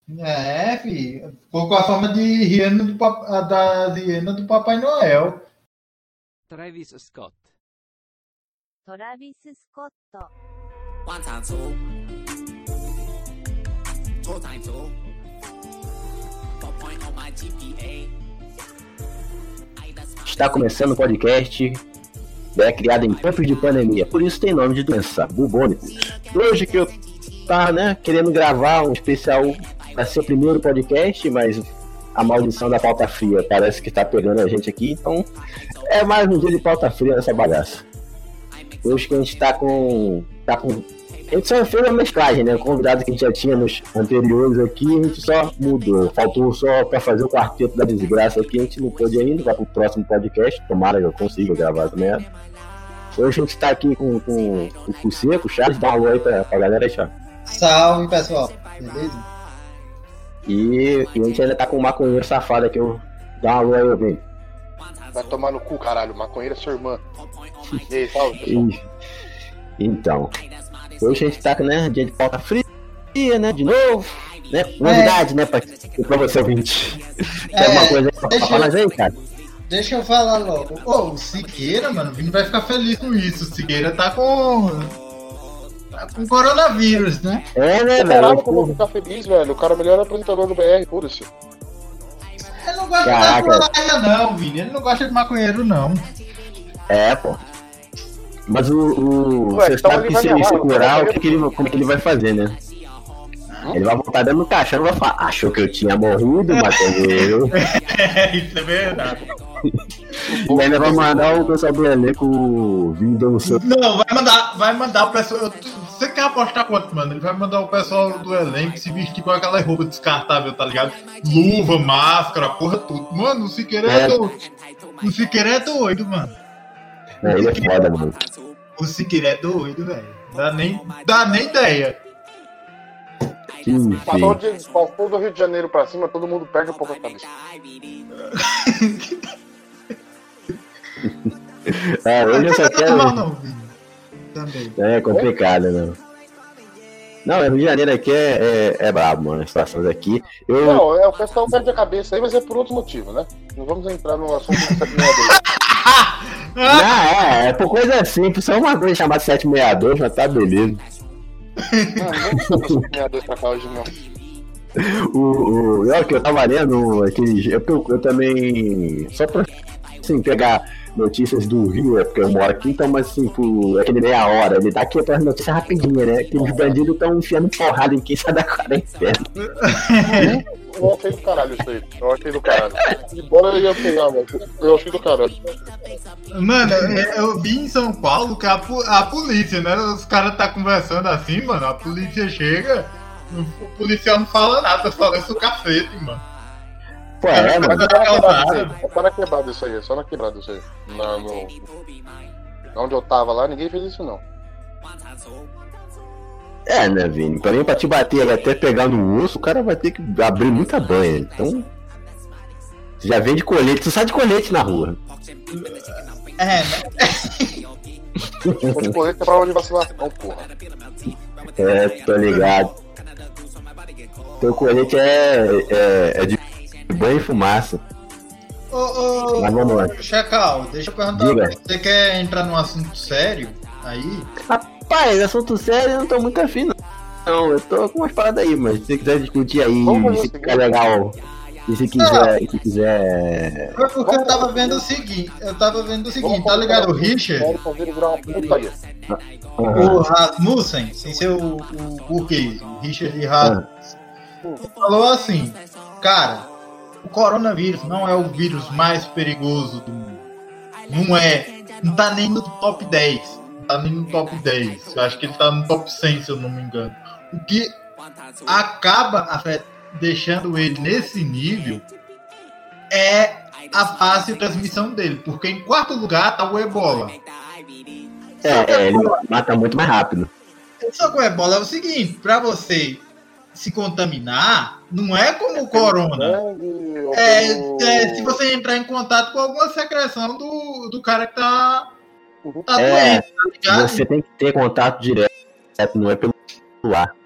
É, filho. Ficou com a forma de hiena da hiena do Papai Noel. Travis Scott. トラビス・スコット。 One time two. Two time two. 4.0 my GPA. Está começando o podcast, criado em tempos de pandemia, por isso tem nome de doença, bubônico. Hoje que eu tava, querendo gravar um especial para ser o primeiro podcast, mas a maldição da pauta fria parece que está pegando a gente aqui, então é mais um dia de pauta fria nessa bagaça. Hoje que a gente tá com... A gente só fez uma mesclagem, né? O convidado que a gente já tinha nos anteriores aqui, a gente só mudou. Faltou só pra fazer o quarteto da desgraça aqui, a gente não pôde ainda, vai pro próximo podcast, tomara que eu consiga gravar também. Hoje a gente tá aqui com o Fuseco, o Charles, dá um alô aí pra galera aí, Charles. Salve, pessoal. Beleza? E a gente ainda tá com o maconheiro safado aqui, dá um alô aí, Vini. Vai tomar no cu, caralho, maconheira é sua irmã. E aí, salve, pessoal. Então, hoje a gente tá com, dia de pauta fria, né, de novo, né, novidade, né, pra você, ouvinte. Tem alguma coisa pra falar aí, cara? Deixa eu falar logo. O Siqueira, mano, o Vini vai ficar feliz com isso. O Siqueira tá com coronavírus, né? É, né, Caralho, velho? como eu vou ficar feliz, velho. O cara é o melhor apresentador do BR, foda-se. Ele não gosta de maconheiro, não, Vini. Ele não gosta de maconheiro, não. É, pô. Mas Ué, você então sabe ele que vai se me ele amar, curar, como é que ele vai fazer, né? Ele vai voltar dentro do caixão e vai falar, achou que eu tinha morrido, maconheiro. Isso é verdade. E ainda vai mandar o pessoal do elenco vindo no seu... Não, vai mandar o pessoal. Você quer apostar quanto, mano? Ele vai mandar o pessoal do elenco se vestir com aquela roupa descartável, tá ligado? Luva, máscara, porra, tudo. Mano, o Siqueira é doido. O Siqueira é doido, mano. Ele é foda, mano. O Siqueira é doido, velho. Dá nem ideia. Passou do Rio de Janeiro pra cima, todo mundo perde um pouco a cabeça. Hoje eu só quero... Não, Vini. Também. É complicado, né? Não, Rio de Janeiro aqui é brabo, mano. As situações aqui. Não, o pessoal perde a cabeça aí, mas é por outro motivo, né? Não vamos entrar no assunto do 762. Não, é por coisa simples. Só uma coisa chamada 762, já tá beleza. Não vamos sobre 762 pra cá hoje, não. O que eu tava lendo aquele. Eu também. Só pra assim, pegar notícias do Rio, porque eu moro aqui, então, mas assim, é aquele meia hora, ele dá aqui as notícias rapidinho, né? Que os bandidos estão enfiando porrada em quem sai da quarentena. Eu achei do caralho isso aí. Eu achei do caralho. De bola eu ia pegar, velho. Eu achei do caralho. Mano, eu vi em São Paulo que a polícia, né? Os caras tá conversando assim, mano. A polícia chega, o policial não fala nada, só desce o cacete, mano. Pô, mano. Só na quebrada isso aí, só na quebrada isso aí. Onde eu tava lá, ninguém fez isso não. É, né, Vini? Pra te bater até pegar no osso, o cara vai ter que abrir muita banha. Então. Você já vem de colete, tu sai de colete na rua. Né? O colete é pra onde vacilação, porra. É, tô ligado. Teu colete é de banho e fumaça. Mas vamos lá. Chacal, deixa eu perguntar. Diga. Você quer entrar num assunto sério aí? Rapaz, assunto sério eu não tô muito afim, não. Eu tô com umas paradas aí, mas se você quiser discutir aí, se ficar legal. E se quiser. Foi porque eu tava vendo o seguinte, tá ligado? O Richard, o Rasmussen, sem ser o burguês, o Richard Rasmussen, falou assim, cara, o coronavírus não é o vírus mais perigoso do mundo. Não tá nem no top 10. Tá nem no top 10. Eu acho que ele tá no top 100, se eu não me engano. O que acaba deixando ele nesse nível é a fácil transmissão dele, porque em quarto lugar tá o Ebola. Ele mata muito mais rápido. Só que o Ebola é o seguinte, pra você se contaminar, não é como o corona. Se você entrar em contato com alguma secreção do cara que tá doente, tá ligado? Você tem que ter contato direto, não é pelo ar.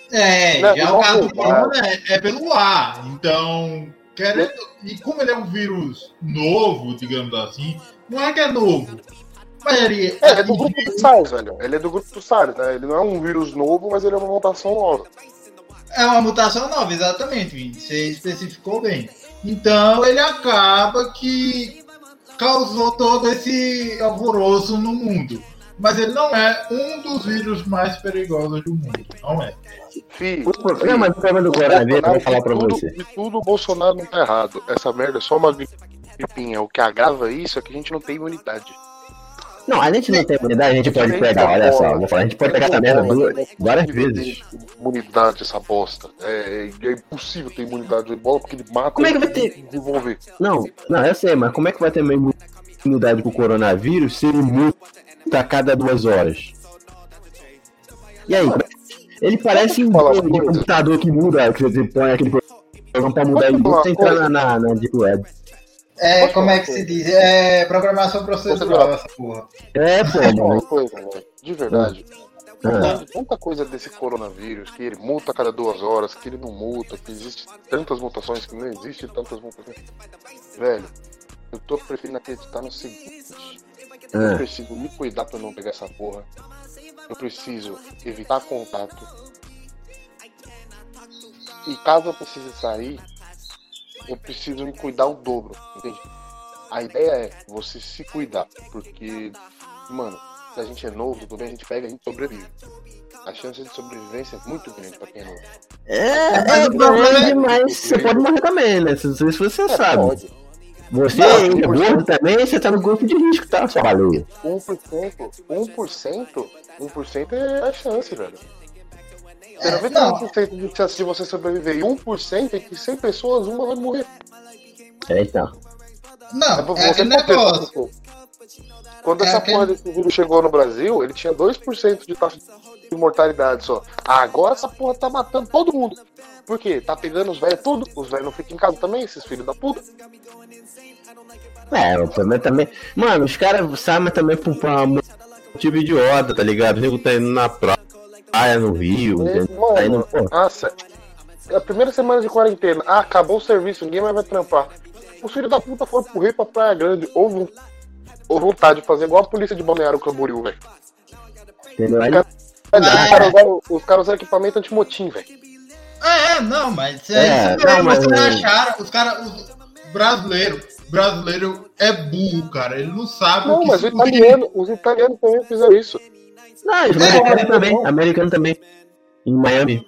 Não, Já não o caso do vai. corona é pelo ar. Então, e como ele é um vírus novo, digamos assim, não é que é novo. Mas ele É do grupo do SARS, velho. Ele é do grupo do SARS, né? Ele não é um vírus novo, mas ele é uma mutação nova. é uma mutação nova, exatamente, Vini. Você especificou bem. Então, ele acaba que causou todo esse alvoroço no mundo. Mas ele não é um dos vírus mais perigosos do mundo. Não é. Filho, Não, mas o problema do coronavírus, eu vou falar pra tudo, você. de tudo o Bolsonaro não tá errado. Essa merda é só uma gripinha. O que agrava isso é que a gente não tem imunidade. Não, a gente não tem imunidade, a gente pode pegar, olha só, eu vou falar, a gente pode pegar essa merda várias vezes. Imunidade, essa bosta. É impossível ter imunidade de bola porque ele mata. Como é que vai ter? Desenvolver. Não, eu sei, mas como é que vai ter uma imunidade pro coronavírus se ele muta a cada 2 horas? E aí, ele parece um jogo de computador que muda, que você põe aquele programa pra mudar ele, você entrar na Deep Web. Como é que se diz? É programação processual essa porra. Pô, Uma mano. coisa, velho, de verdade. Tem tanta coisa desse coronavírus que ele muta a cada 2 horas, que ele não muta, que existe tantas mutações, que não existe tantas mutações. Velho, eu tô preferindo acreditar no seguinte: eu preciso me cuidar pra não pegar essa porra. Eu preciso evitar contato. E caso eu precise sair, eu preciso me cuidar o dobro, entende? A ideia é você se cuidar, porque, mano, se a gente é novo, tudo bem, a gente pega, a gente sobrevive. A chance de sobrevivência é muito grande pra quem é novo. Mas o problema é demais, você pode morrer também, né? Se você sabe. Pode. Você ainda é gordo também, você tá no grupo de risco, tá, sua baleia? 1% é a chance, velho. Tem 99% de chance de você sobreviver. E 1% é que 100 pessoas, uma vai morrer. Então. Não, é aquele negócio. Quando essa porra desse vírus chegou no Brasil, ele tinha 2% de taxa de mortalidade só. Agora essa porra tá matando todo mundo. Por quê? Tá pegando os velhos tudo. Os velhos não ficam em casa também, esses filhos da puta. O problema também. Mano, os caras sabem também por um motivo idiota, tá ligado? O nego tá indo na praia no Rio, tá indo, pô. Nossa, a primeira semana de quarentena, acabou o serviço, ninguém mais vai trampar. Os filhos da puta foram pro Rio, pra Praia Grande, ou vontade de fazer igual a polícia de Balneário Camboriú, velho. Entendeu? Os caras usam equipamento antimotim, velho. Não, mas isso mesmo, vocês acharam, os brasileiro é burro, cara, ele não sabe o que mas os italianos também fizeram isso. Não, os americanos também, em Miami.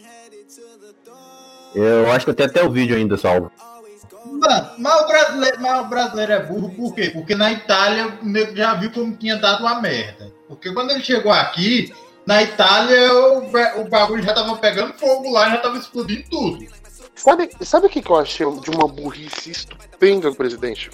Eu acho que eu tenho até o vídeo ainda salvo. Mano, mas o brasileiro é burro por quê? Porque na Itália o nego já viu como tinha dado uma merda. Porque quando ele chegou aqui, na Itália o bagulho já tava pegando fogo lá, já tava explodindo tudo. Sabe o que eu achei de uma burrice estupenda do presidente?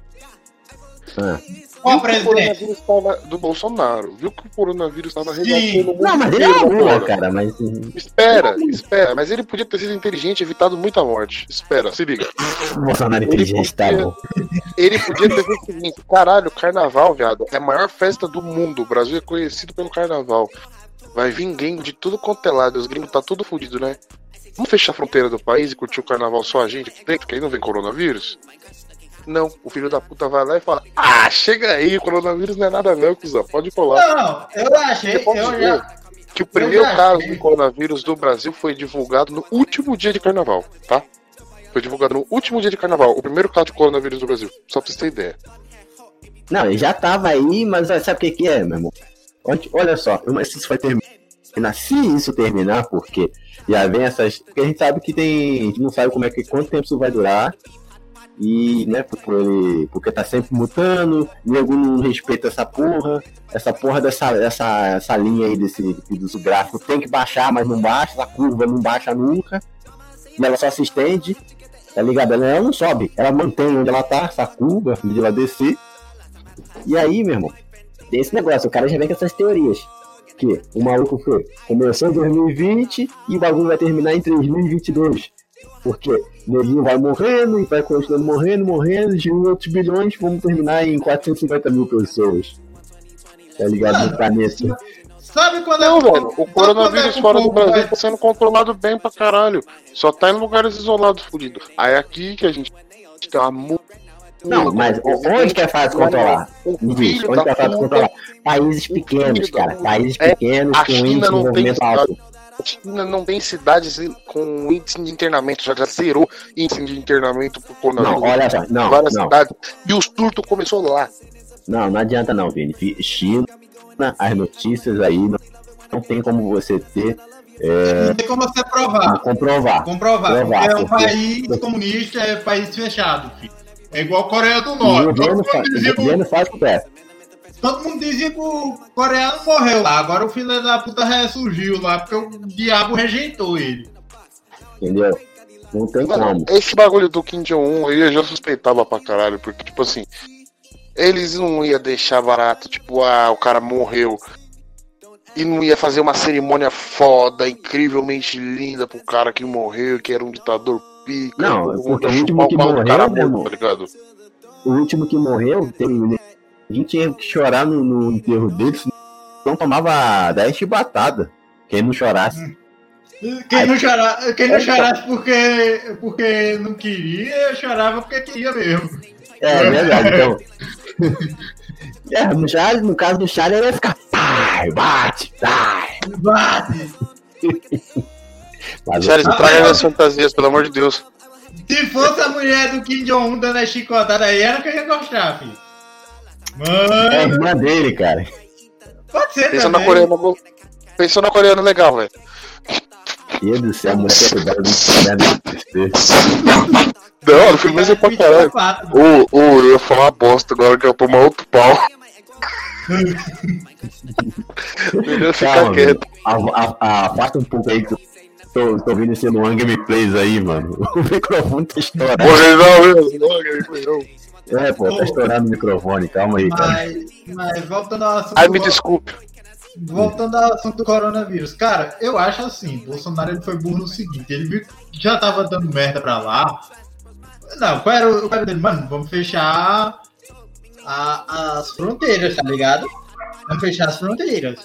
Qual o coronavírus estava do Bolsonaro. Viu que o coronavírus estava rebatendo. Não, mas ele é burro, cara. Mas... Espera. Mas ele podia ter sido inteligente e evitado muita morte. Espera, se liga. O Bolsonaro é inteligente, tá bom. Ele podia ter feito o seguinte: caralho, carnaval, viado, é a maior festa do mundo. O Brasil é conhecido pelo carnaval. Vai vir gringo de tudo quanto é lado. Os gringos tá tudo fudido, né? Vamos fechar a fronteira do país e curtir o carnaval só a gente aqui dentro, que aí não vem coronavírus? Não, o filho da puta vai lá e fala: chega aí, o coronavírus não é nada não, cuzão, pode colar. Não, eu achei, que o primeiro caso de coronavírus do Brasil foi divulgado no último dia de carnaval, tá? Foi divulgado no último dia de carnaval, o primeiro caso de coronavírus do Brasil, só pra você ter ideia. Não, ele já tava aí, mas sabe o que é, meu irmão? Olha só, se isso vai terminar, se isso terminar, porque já vem essas... Porque a gente sabe que a gente não sabe quanto tempo isso vai durar. E, né, porque tá sempre mutando, nego não respeita essa porra dessa linha aí do gráfico tem que baixar, mas não baixa, essa curva não baixa nunca, e ela só se estende, tá ligado? Ela não sobe, ela mantém onde ela tá, essa curva, onde ela descer, e aí, meu irmão, tem esse negócio, o cara já vem com essas teorias, que o maluco começou em 2020 e o bagulho vai terminar em 2022. Porque neguinho vai morrendo e vai continuando morrendo, de outros bilhões, vamos terminar em 450 mil pessoas. Tá ligado? No planeta. Sabe quando Não, é que velho, o sabe coronavírus quando é que fora o do povo Brasil vai- tá sendo controlado bem pra caralho. Só tá em lugares isolados, fudido. Aí aqui que a gente tem uma Não, mas onde que é fácil controlar? O Me diz, filho onde da que é fácil puta. controlar? Países pequenos, filho da cara. puta. Países É, pequenos a com China índice de não tem desenvolvimento alto. A China não tem cidades com índice de internamento, já zerou índice de internamento por coronavírus. Não, olha só, não, Várias não. cidades. E o surto começou lá. Não adianta não, Vini. China, as notícias aí, não tem como você ter, Não tem como você provar. comprovar. Comprovar. Provar, Porque é um porque- país comunista, é país fechado, filho. É igual a Coreia do E o Norte. governo faz o pé. Todo mundo dizia que o coreano morreu lá. Agora o filho da puta ressurgiu lá, porque o diabo rejeitou ele. Entendeu? Não tem como. Esse bagulho do Kim Jong-un, eu já suspeitava pra caralho, porque, tipo assim, eles não iam deixar barato, tipo, o cara morreu. E não ia fazer uma cerimônia foda, incrivelmente linda pro cara que morreu, que era um ditador pica. Não, todo mundo porque o ia último chupar que o pau do morreu, cara meu irmão. morto, tá ligado? O último que morreu, a gente tinha que chorar no enterro dele, senão não tomava 10 chibatadas. Quem não chorasse. Quem não chorasse porque não queria, chorava porque queria mesmo. É verdade, então. No caso do Charlie, ele ia ficar. Ai, bate, ai. Bate! Mas, Charles, traga as fantasias, pelo amor de Deus. Se fosse a mulher do Kim Jong-un dando a chicotada aí, era que eu ia gostar, filho. é a Mano, irmã dele, cara. pode ser Pensa na também. coreana, pensou na coreana legal, velho. Meu Deus do céu, a mulher quer cuidar do inferno. Não, firmeza pra caralho. Eu ia falar uma bosta agora que eu ia tomar outro pau. Melhor ficar Calma, quieto. afasta um pouco aí que eu tô ouvindo esse Luan Gameplays aí, mano. O microfone tá estourado. É, pô, tá estourando o microfone, calma aí, cara. Mas voltando ao assunto. Ai, me desculpe. Voltando ao assunto do coronavírus, cara, eu acho assim, Bolsonaro ele foi burro no seguinte, ele viu que já tava dando merda pra lá. Não, qual era o cara dele? Mano, vamos fechar as fronteiras, tá ligado? Vamos fechar as fronteiras.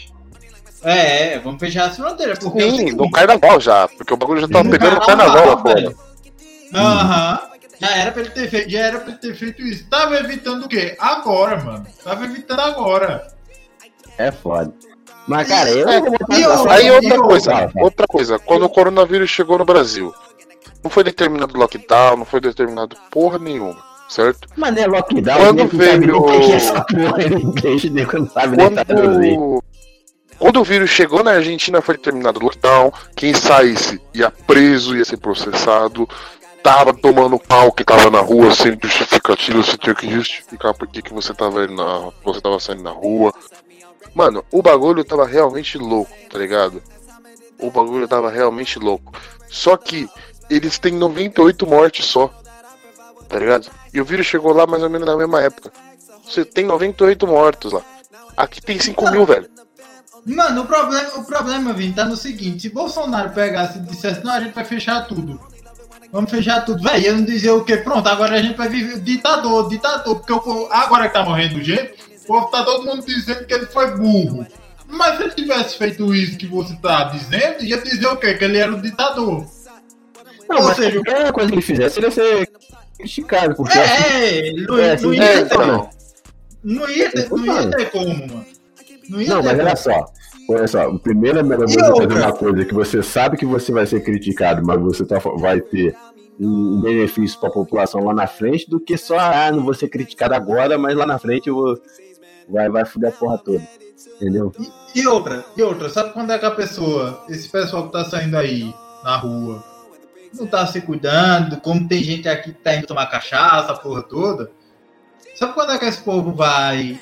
Vamos fechar as fronteiras. Porque é o Sim, seguinte, no carnaval já, porque o bagulho já tava no pegando no carnaval lá fora. velho. Aham. Já era pra ele ter feito isso. Tava evitando o quê? Agora, mano. Tava evitando agora. É foda. Mas, cara, eu É, vou botar e pra Aí fora. outra coisa, quando o coronavírus chegou no Brasil, não foi determinado lockdown, não foi determinado porra nenhuma, certo? Mas não é lockdown, Quando ninguém sabe nem veio- o que é essa porra, ninguém não sabe nem traduzir. Quando o vírus chegou na Argentina foi determinado lockdown, quem saísse ia preso, ia ser processado, tava tomando pau que tava na rua sem justificativa, você tinha que justificar por que você tava saindo na rua. Mano, o bagulho tava realmente louco, tá ligado? O bagulho tava realmente louco. Só que eles têm 98 mortes só, tá ligado? E o vírus chegou lá mais ou menos na mesma época. Você tem 98 mortos lá. Aqui tem 5 mil, velho. Mano, o problema, Vini, tá no seguinte: se Bolsonaro pegasse e dissesse, não, a gente vai fechar tudo. Vamos fechar tudo, velho. Eu não dizer o quê? Pronto, agora a gente vai viver ditador. Porque o povo, agora que tá morrendo gente, o povo tá todo mundo dizendo que ele foi burro. Mas se ele tivesse feito isso que você tá dizendo, ia dizer o quê? Que ele era o ditador. Não, Ou mas seja, qualquer coisa que ele fizesse, ele ia ser criticado, porque não ia ter mano. como. Não ia ter como, mano. Não ia Não, ter mas como. olha só, o primeiro é melhor você outra? fazer uma coisa que você sabe que você vai ser criticado, mas você vai ter um benefício para a população lá na frente, do que só, não vou ser criticado agora, mas lá na frente vai fuder a porra toda, entendeu? E outra, sabe quando é que a pessoa, esse pessoal que tá saindo aí na rua, não tá se cuidando, como tem gente aqui que tá indo tomar cachaça, a porra toda, sabe quando é que esse povo vai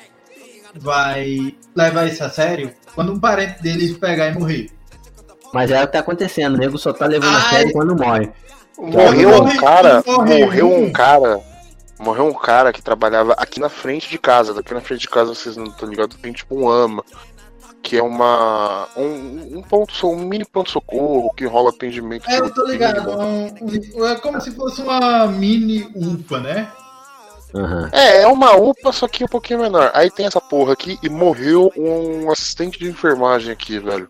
levar isso a sério? Quando um parente deles pegar e morrer. Mas é o que tá acontecendo, o nego só tá levando a sério quando morre. Morreu um cara que trabalhava aqui na frente de casa. Daqui na frente de casa, vocês não estão ligados, tem tipo um AMA, que é um mini pronto-socorro que rola atendimento. Eu tô ligado, é como se fosse uma mini UPA, né? Aham. É uma UPA, só que um pouquinho menor. Aí tem essa porra aqui e morreu um assistente de enfermagem aqui, velho.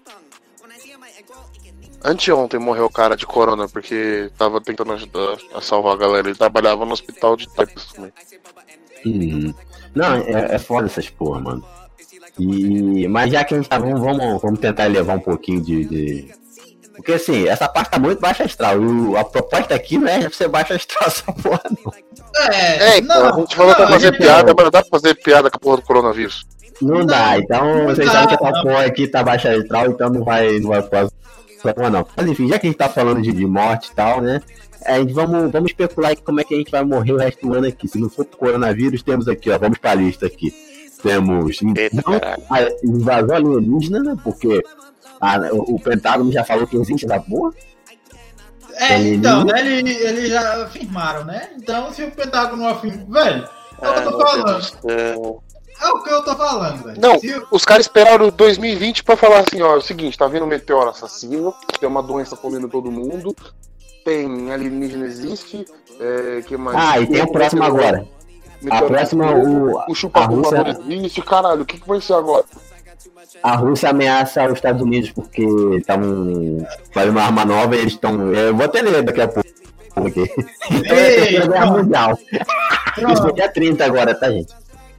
Anteontem morreu o cara de corona, porque tava tentando ajudar a salvar a galera. Ele trabalhava no hospital de Types também. Uhum. Não, é foda essas porra, mano. Mas já que a gente tá, vamos tentar elevar um pouquinho de... Porque assim, essa parte tá muito baixa astral. A proposta aqui não é ser baixa astral essa porra, não. Então, a gente falou pra fazer piada, mas não dá pra fazer piada com a porra do coronavírus. Não dá, então vocês sabem que essa porra aqui tá baixa astral, então não vai quase. Não. Mas enfim, já que a gente tá falando de morte e tal, né? A gente vamos especular aqui como é que a gente vai morrer o resto do ano aqui. Se não for pro coronavírus, temos aqui, ó, vamos pra lista aqui. Temos invasão alienígena, né? Porque o Pentágono já falou que existe essa porra. Então, né, eles já afirmaram, né? Então, se o Pentágono afirma... Velho, é o que eu tô falando. É o que eu tô falando, velho. Não, os caras esperaram 2020 pra falar assim, ó, é o seguinte, tá vindo um meteoro assassino, tem uma doença comendo todo mundo, tem alienígena existe, que mais? E tem o próximo agora. A próxima, o chupa-voador existe, caralho, o que vai ser agora? A Rússia ameaça os Estados Unidos porque estavam fazendo uma arma nova e eles estão... Eu vou até ler daqui a pouco. Aqui. Então é a Terceira Guerra Mundial. Isso aqui é 30 agora, tá, gente?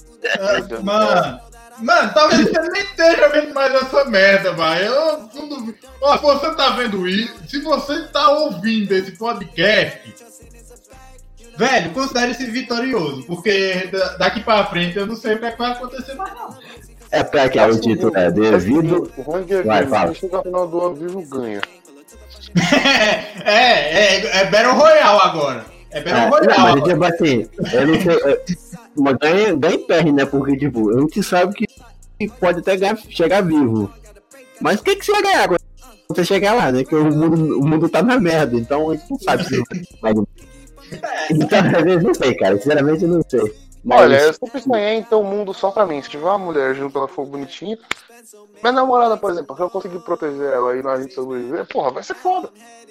Mano, talvez você nem esteja vendo mais essa merda, vai. Eu não duvido. Ó, se você tá vendo isso, se você tá ouvindo esse podcast, velho, considere-se vitorioso, porque daqui pra frente eu não sei o que vai acontecer mais, não. É pra que o título é devido. Vai, fala. Quem chegar no final do ano vivo ganha. É Battle Royale agora. É Battle Royale. Não, mas tipo assim, eu não sei. Mas ganha em pé, né? Porque, tipo, a gente sabe que pode até chegar vivo. Mas o que você vai ganhar quando você chegar lá, né? Que o mundo tá na merda, então a gente não sabe se vai. Então, às vezes não sei, cara. Sinceramente, eu não sei. Mas... Olha, eu sempre sonhei em ter um mundo só pra mim. Se tiver uma mulher junto, ela for bonitinha. Minha namorada, por exemplo, se eu conseguir proteger ela e a gente sobreviver, porra, vai ser foda.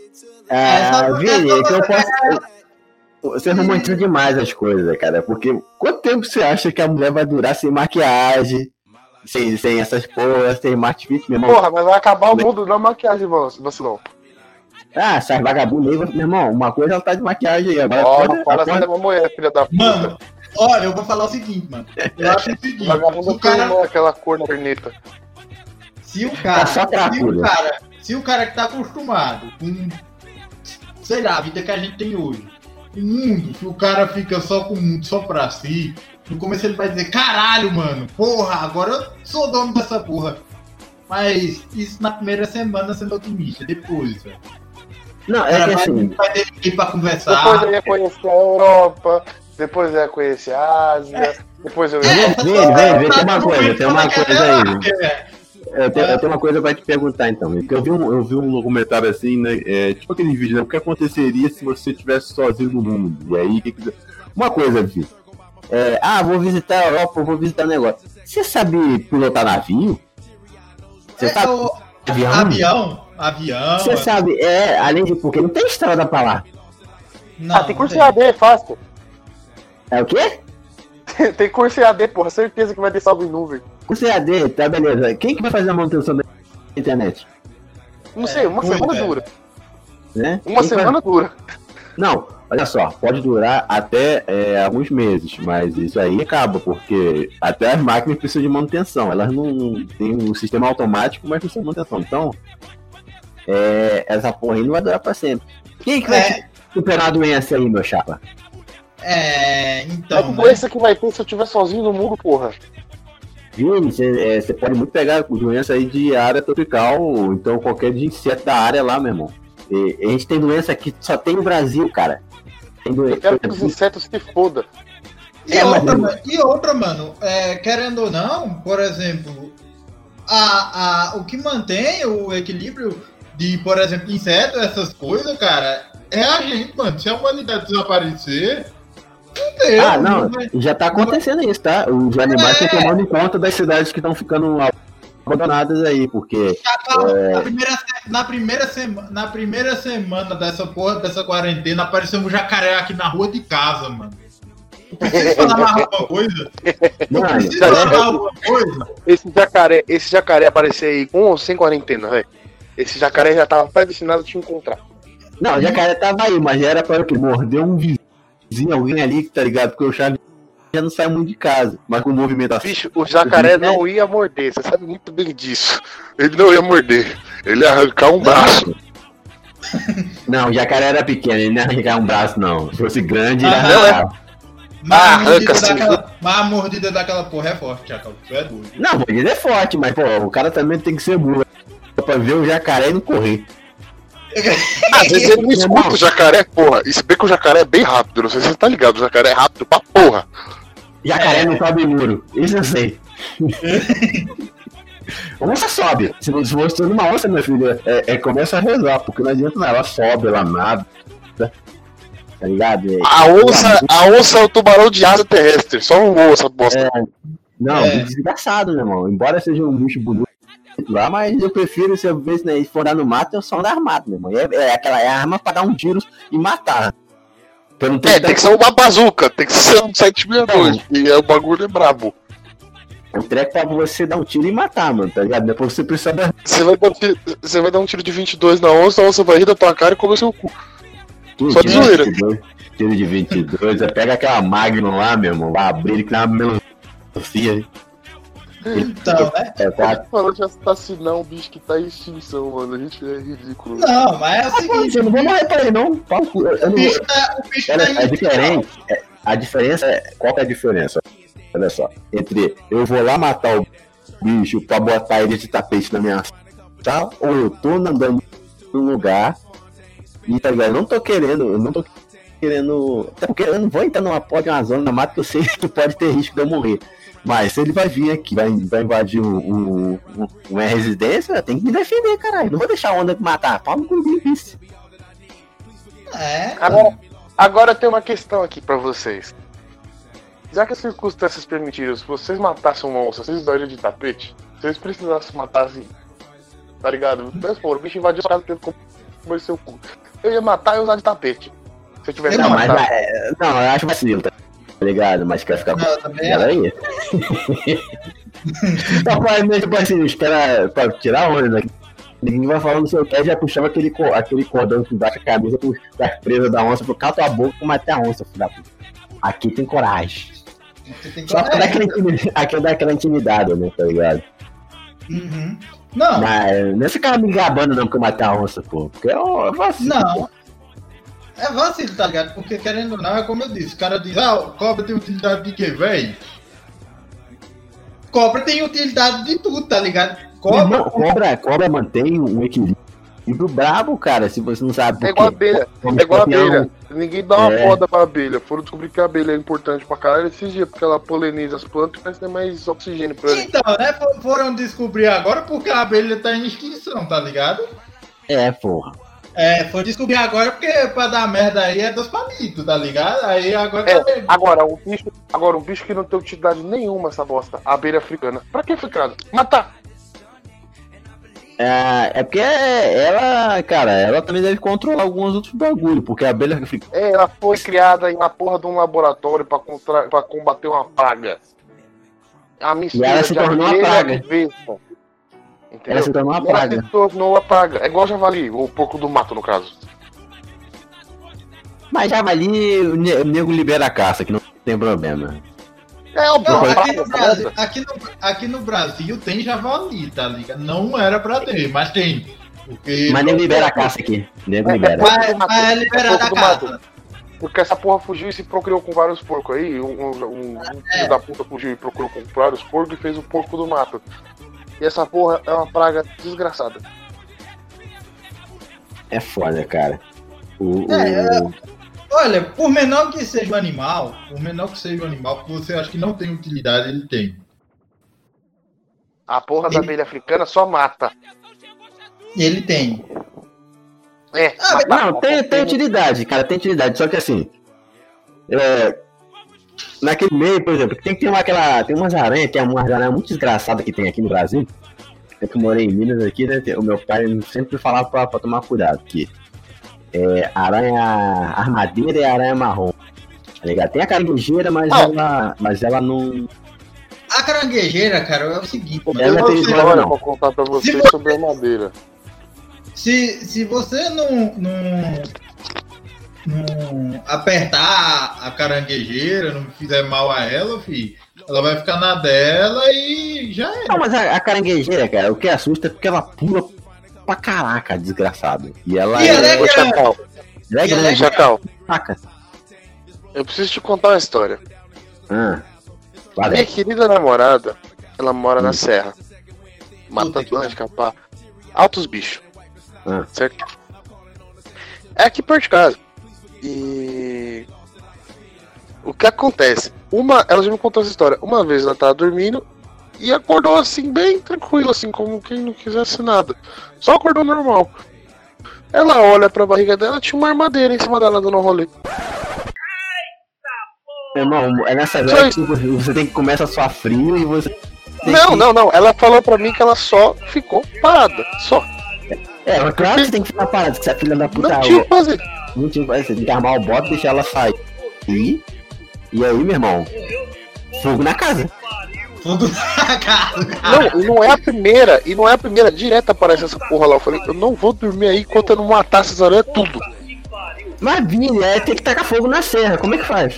Vini, é que eu posso. Você romantiza demais as coisas, cara. Porque quanto tempo você acha que a mulher vai durar sem maquiagem? Sem essas porras, sem matte fit, meu irmão? Porra, mas vai acabar o mundo na maquiagem, vacilão. Essas vagabundas aí, meu irmão, uma coisa ela tá de maquiagem aí. Agora, fala assim da minha mulher, filha da puta. Mano, olha, eu vou falar o seguinte, mano. Eu acho o seguinte. Vagabunda queimou aquela cor na perneta. Se o cara que tá acostumado com, sei lá, a vida que a gente tem hoje, o mundo, se o cara fica só com o mundo só pra si, no começo ele vai dizer, caralho, mano, porra, agora eu sou dono dessa porra. Mas isso na primeira semana sendo otimista, depois, velho. Não, é que assim... Vai ter ninguém pra conversar. Depois eu ia conhecer a Europa, depois eu ia conhecer a Ásia, depois eu ia... Vem, tem uma coisa aí. Eu tenho uma coisa pra te perguntar, então. Eu vi um documentário assim, né? Tipo aquele vídeo, né? O que aconteceria se você estivesse sozinho no mundo? E aí, uma coisa, Vitor. Vou visitar a Europa, vou visitar o negócio. Você sabe pilotar navio? Você sabe? Avião. Você sabe, além de porque não tem estrada pra lá. Não, tem curso EAD, é fácil. É o quê? Tem curso EAD, porra, certeza que vai ter salvo em nuvem. Curso EAD, tá beleza. Quem que vai fazer a manutenção da internet? Não sei, uma semana dura. Né? Uma semana dura. Não, olha só, pode durar até alguns meses, mas isso aí acaba, porque até as máquinas precisam de manutenção. Elas não têm um sistema automático, mas precisam de manutenção. Então, essa porra aí não vai durar pra sempre. Quem que vai superar a doença aí, meu chapa? Então. É que doença que vai ter se eu estiver sozinho no mundo, porra. Vini, você pode muito pegar doença aí de área tropical, ou então qualquer de inseto da área lá, meu irmão. A gente tem doença aqui que só tem no Brasil, cara. Eu quero que os insetos se foda. E outra, mano, querendo ou não, por exemplo, o que mantém o equilíbrio de, por exemplo, insetos, essas coisas, cara, é a gente, mano. Se a humanidade desaparecer, não, já tá acontecendo isso, tá? Os animais estão tomando conta das cidades que estão ficando abandonadas aí, porque... Na primeira semana dessa quarentena, apareceu um jacaré aqui na rua de casa, mano. Precisa falar mais alguma coisa? Mano, Precisa falar alguma coisa? Esse jacaré aparecer aí com ou sem quarentena, velho. Esse jacaré já tava predestinado a te encontrar. não, o jacaré tava aí, mas já era para o que? Morder um vizinho, alguém ali, tá ligado? Porque o Chaves já não sai muito de casa, mas com movimentação. Bicho, o jacaré não ia morder, você sabe muito bem disso. Ele não ia morder, ele ia arrancar um braço. Não, o jacaré era pequeno, ele não ia arrancar um braço, não. Se fosse grande, ele ia Não, arrancar. Mas a mordida daquela porra é forte, Jacal. Tu é doido. Não, a mordida é forte, mas, pô, o cara também tem que ser mula pra ver o jacaré e não correr. Às vezes ele não escuta o jacaré, porra. E se bem que o jacaré é bem rápido, não sei se você tá ligado, o jacaré é rápido pra porra. Jacaré não sobe muro, isso eu sei. Onça sobe. Se você numa onça, minha filha, começa a rezar, porque não adianta nada, ela sobe, ela nada. Tá ligado? A onça é o tubarão de asa terrestre, só um onça bosta. Não, desgraçado, meu irmão. Embora seja um bicho bonito lá, mas eu prefiro, se eu ver se for lá no mato, é o som da armada, meu irmão. É a arma pra dar um tiro e matar. Tem que ser uma bazuca, tem que ser um 762, e o bagulho é brabo. É um treco pra você dar um tiro e matar, mano, tá ligado? Depois você precisa dar. Você vai dar um tiro de 22 na onça, a onça vai rir da tua cara e comer seu cu. Só de zoeira. Tiro de 22, pega aquela Magnum lá, meu irmão, vai abrir ele que dá uma melancia. Então, né? Falando de assassinar um bicho que tá em extinção, mano. A gente é ridículo. Não, mas é o seguinte. Eu não vou morrer pra ele, não. O bicho tá É diferente. A diferença é. Qual que é a diferença? Olha só. Entre eu vou lá matar o bicho pra botar ele de tapete na minha sala, ou eu tô andando num lugar e, tá ligado? Eu não tô querendo. Até porque eu não vou entrar numa zona na mata que eu sei que pode ter risco de eu morrer. Mas se ele vai vir aqui, vai invadir uma residência, tem que me defender, caralho. Não vou deixar a onda de matar. Pau no cu disso. Agora tem uma questão aqui pra vocês. Já que as circunstâncias permitiram, se vocês matassem uma onça, vocês dariam de tapete? Se vocês precisassem matar assim, tá ligado? Mas, pô, o bicho invadiu a casa e comer seu cu. Eu ia matar e usar de tapete. Se eu tivesse matado. Não, eu acho vacilo, tá ligado? Mas quer ficar com ela aí? Não, mas tipo assim, espera pra tirar a onda daqui. Ninguém vai falando no seu pé, já puxava aquele cordão que baixa a cabeça da presa da onça pro cato a boca pra matar a onça, filho da puta. Aqui tem coragem. Só pra dar aquela intimidade, né, tá ligado? Uhum. Não. Mas não é ficar me gabando não que eu matei a onça, pô. Porque é vacilo. Não. É vacilo, tá ligado? Porque querendo ou não, é como eu disse. O cara diz, cobra tem utilidade de quê, velho? Cobra tem utilidade de tudo, tá ligado? Cobra mantém um equilíbrio brabo, cara, se você não sabe. É igual abelha. Ninguém dá uma poda pra abelha. Foram descobrir que a abelha é importante pra caralho esses dias, porque ela poliniza as plantas e parece ter mais oxigênio pra ela. Então, né? Foram descobrir agora porque a abelha tá em extinção, tá ligado? Porra. Foi descobrir agora porque pra dar merda aí é dos palitos, tá ligado? Aí agora Agora, um bicho que não tem utilidade nenhuma, essa bosta. A abelha africana. Pra que africana? Matar! É porque ela também deve controlar alguns outros bagulho, porque a abelha africana. Ela foi criada na porra de um laboratório pra combater uma praga. A mistura e ela se tornou uma praga. Entendeu? Ela se tornou uma praga. Ela se tornou uma praga. É igual javali, ou porco do mato, no caso. Mas javali, o nego libera a caça, que não tem problema. É óbvio. Aqui no Brasil tem javali, tá ligado? Não era pra ter, mas tem. Mas nem libera a caça aqui. Nego libera. Vai liberar a caça. Porque essa porra fugiu e se procriou com vários porcos aí. Um filho da puta fugiu e procurou com vários porcos e fez o porco do mato. E essa porra é uma praga desgraçada. É foda, cara. Olha, por menor que seja o animal, que você acha que não tem utilidade, ele tem. A porra da abelha africana só mata. Ele tem. Não, tem utilidade, cara, tem utilidade. Só que assim, naquele meio, por exemplo, tem umas aranhas, que é uma aranha muito desgraçada que tem aqui no Brasil. Eu que morei em Minas aqui, né, o meu pai sempre falava pra tomar cuidado, que aranha armadeira e aranha marrom. Tá ligado? Tem a caranguejeira, mas ela não. A caranguejeira, cara, é o seguinte. Eu Ela tenho uma tem história história, não. pra contar pra vocês Se- sobre a madeira. Se você não apertar a caranguejeira, não fizer mal a ela, filho, ela vai ficar na dela e já é. Não, mas a caranguejeira, cara, o que assusta é porque ela pula pra caraca, desgraçado. E ela E ela é Ô, Chacal, ela é e ela é grande, Chacal, saca? eu preciso te contar uma história. Lá Minha vem. querida namorada, ela mora na Serra. Mata Puta que Atlântica, pá. Altos bichos. Ah. Certo? É aqui perto de casa. E o que acontece? Ela já me contou essa história. Uma vez ela tava dormindo e acordou assim, bem tranquilo, assim, como quem não quisesse nada. Só acordou normal. Ela olha pra barriga dela, tinha uma armadeira em cima dela dando um rolê. Meu irmão, é nessa Só hora que você tem que começar a suar frio e você. tem que- Não. Ela falou pra mim que ela só ficou parada. Só. É, mas claro que você tem que ficar parado, que você é filha da puta. Não tinha o que fazer. Não tinha o que fazer, você tem que armar o bote, deixar ela sair. E aí, meu irmão, fogo na casa. Tudo na casa, cara. Não, e não é a primeira, direto aparece essa porra lá. Eu falei, eu não vou dormir aí enquanto eu não matar essas aranhas tudo. Mas Vini, tem que tacar fogo na serra, como é que faz?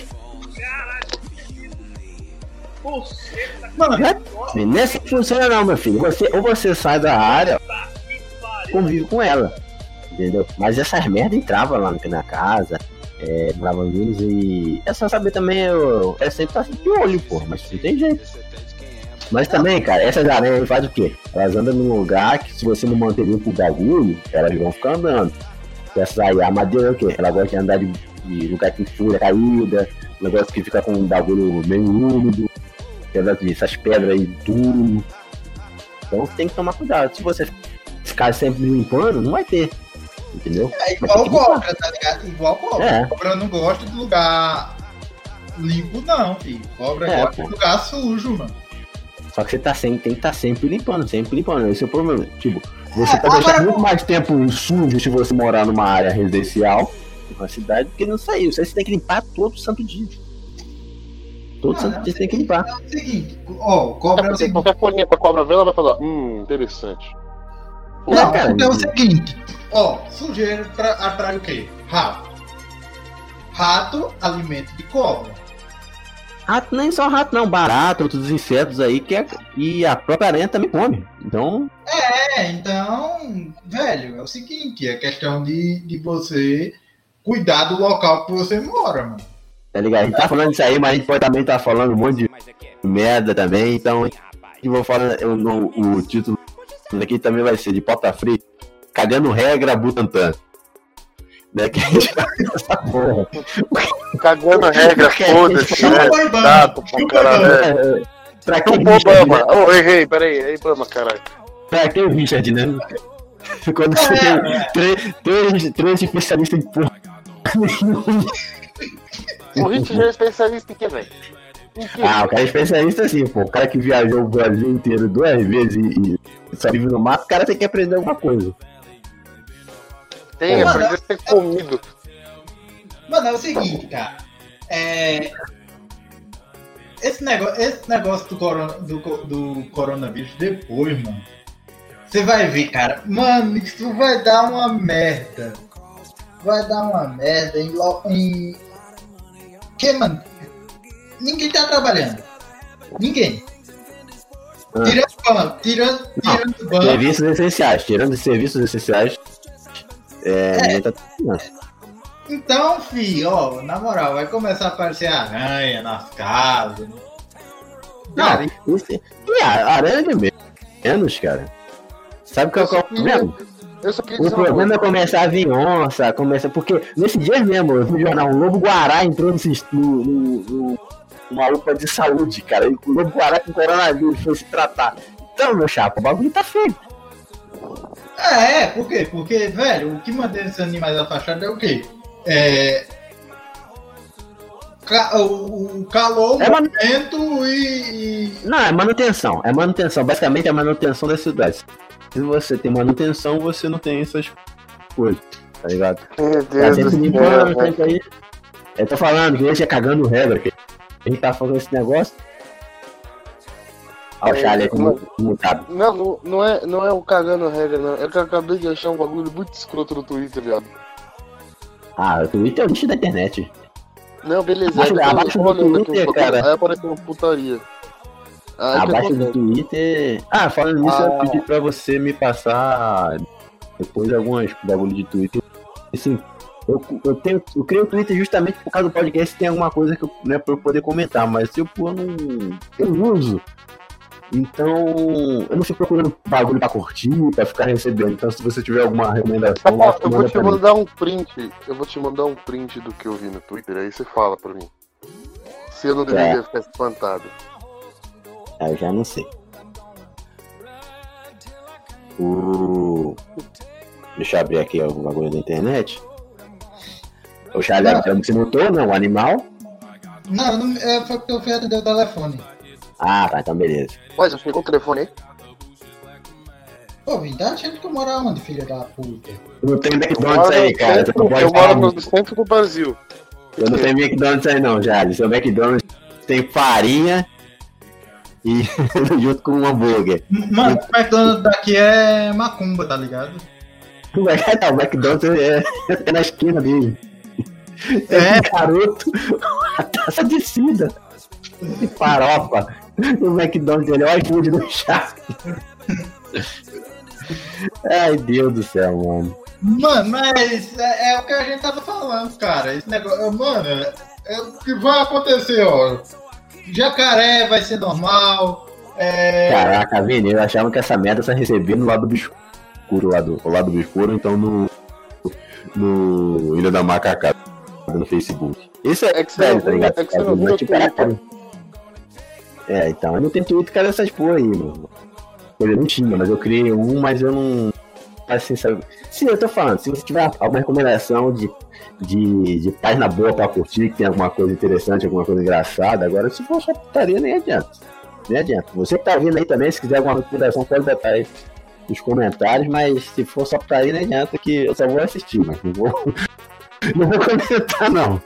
Mano, Não é assim que funciona não, meu filho. Ou você sai da área, convive com ela. Entendeu? Mas essas merdas entravam lá na casa, moravam juntos e. É só saber também, é sempre tá de olho, porra, mas não tem jeito. Mas também, cara, essas aranhas fazem o quê? Elas andam num lugar que se você não manter limpo o bagulho, elas vão ficar andando. Essas aí, a madeira é o quê? Ela gosta de andar de lugar que tem folha caída, negócio que fica com um bagulho meio úmido, essas pedras aí duras. Então você tem que tomar cuidado. Se você ficar sempre limpando, não vai ter. Entendeu? é igual cobra, tá ligado? Igual cobra. É. Cobra não gosta de lugar limpo, não, filho. Cobra gosta de lugar sujo, mano. Só que você tem que estar sempre limpando. Esse é o problema. Tipo, você tá agora- deixando muito mais tempo sujo se você morar numa área residencial, numa cidade, do que não saiu. Você tem que limpar todo santo dia. Todo santo dia você tem que limpar. É o seguinte, ó, cobra é o Se seguinte. qualquer folhinha pra cobra ver, ela vai falar, interessante. Não, cara, é o seguinte, ó, sujeira atrai o quê? Rato. Rato, alimento de cobra. Rato, nem só rato, não. Barato, outros insetos aí e a própria aranha também come. Então, Então, velho, é o seguinte, é questão de você cuidar do local que você mora, mano. tá ligado? A gente tá falando disso aí, mas a gente pode também tá falando um monte de merda também. Então, eu vou falar o título daqui também vai ser de Pauta Free, Cagando Regra Butantan. Né? Que a gente vai essa porra. Cagando regra, foda-se, Chupa né? aí, Bama. Chato pra Chupa caralho, né? Pra que Chupa o Bama. Ô, errei, peraí. Aí, Bama, caralho. Pra que o Richard, né? Quando você tem três especialistas em porra. O Hit já é especialista em que, velho? Ah, o cara é especialista assim, pô. O cara que viajou o Brasil inteiro 2 vezes e só vive no mato, o cara tem que aprender alguma coisa. Tem, Mano, aprender a ter comido. Mano, é o seguinte, cara. Esse negócio do coronavírus depois, mano. Você vai ver, cara. Mano, isso vai dar uma merda. Vai dar uma merda em... Que, mano? Ninguém tá trabalhando. Ninguém. Tirando o banco. Serviços essenciais. Tirando os serviços essenciais, ninguém tá trabalhando. Então, filho, ó, na moral, vai começar a aparecer aranha nas casas. Cara, Não, e a aranha de menos, cara. Sabe qual é o problema? Eu só queria O dizer uma problema é coisa. começar a vir onça, porque nesse dia mesmo, eu vi no jornal, um lobo guará entrou no maluco de saúde, cara. E o lobo guará com coronavírus foi se tratar. Então, meu chapa, o bagulho tá feio. por quê? Porque, velho, o que mantém esses animais afastados é o quê? O calor, o É movimento e... Não, é manutenção. Basicamente é a manutenção das cidades. Se você tem manutenção, você não tem essas coisas, tá ligado? Meu Tá Deus sempre do limpando, céu, velho. sempre aí. Eu tô falando que ele ia cagando regra, que a gente tá falando esse negócio. Olha o Charlie aqui mutado. Não é o cagando regra, não. É que eu acabei de achar um bagulho muito escroto no Twitter, viado. Ah, o Twitter é o lixo da internet. Não, beleza. Abaixo do Twitter, cara. Aí apareceu uma putaria. Abaixo do Twitter... Ah, falando nisso, eu pedi pra você me passar depois algumas bagulho de Twitter. Assim, eu criei o Twitter justamente por causa do podcast, se tem alguma coisa que eu, né, pra eu poder comentar, mas eu não uso. Então, eu não fico procurando bagulho pra curtir, pra ficar recebendo. Então, se você tiver alguma recomendação... Eu vou te mandar um print. Eu vou te mandar um print do que eu vi no Twitter, aí você fala pra mim. Se eu não deveria ficar espantado. Eu já não sei. Deixa eu abrir aqui o bagulho da internet. O Charlie, você notou, não? O animal? Não, foi porque eu fui atender o telefone. Ah, tá, então beleza. Mas eu chegou o telefone aí? Pô, Vim, tá achando que eu moro onde, filha da puta? Eu não tenho McDonald's aí, cara. Eu moro no centro do Brasil. Eu não tenho McDonald's aí não, Charlie. Seu McDonald's tem farinha e junto com um hambúrguer. Mano, o McDonald's daqui é macumba, tá ligado? O McDonald's é na esquina dele. É, garoto, a taça de cida. Farofa. O McDonald's dele é o iFood do Charlie. Ai, Deus do céu, mano. Mano, mas é o que a gente tava falando, cara. Esse negócio, mano, o que vai acontecer, ó. Jacaré vai ser normal. Caraca, Vini, eu achava que essa merda só recebia no lado do escuro, o lado do escuro, então no Ilha da Macacá, no Facebook. Isso é que sério, tá ligado? Então, eu não tenho Twitter, cara, essas porra aí, mano. Eu não tinha, mas eu criei um, mas eu não... Assim, sabe? Sim, eu tô falando, se você tiver alguma recomendação de página boa pra curtir, que tem alguma coisa interessante, alguma coisa engraçada, agora se for só putaria, nem adianta. Nem adianta. Você que tá vindo aí também, se quiser alguma recomendação, pode botar aí nos comentários, mas se for só putaria, nem adianta, que eu só vou assistir, mas não vou comentar, não.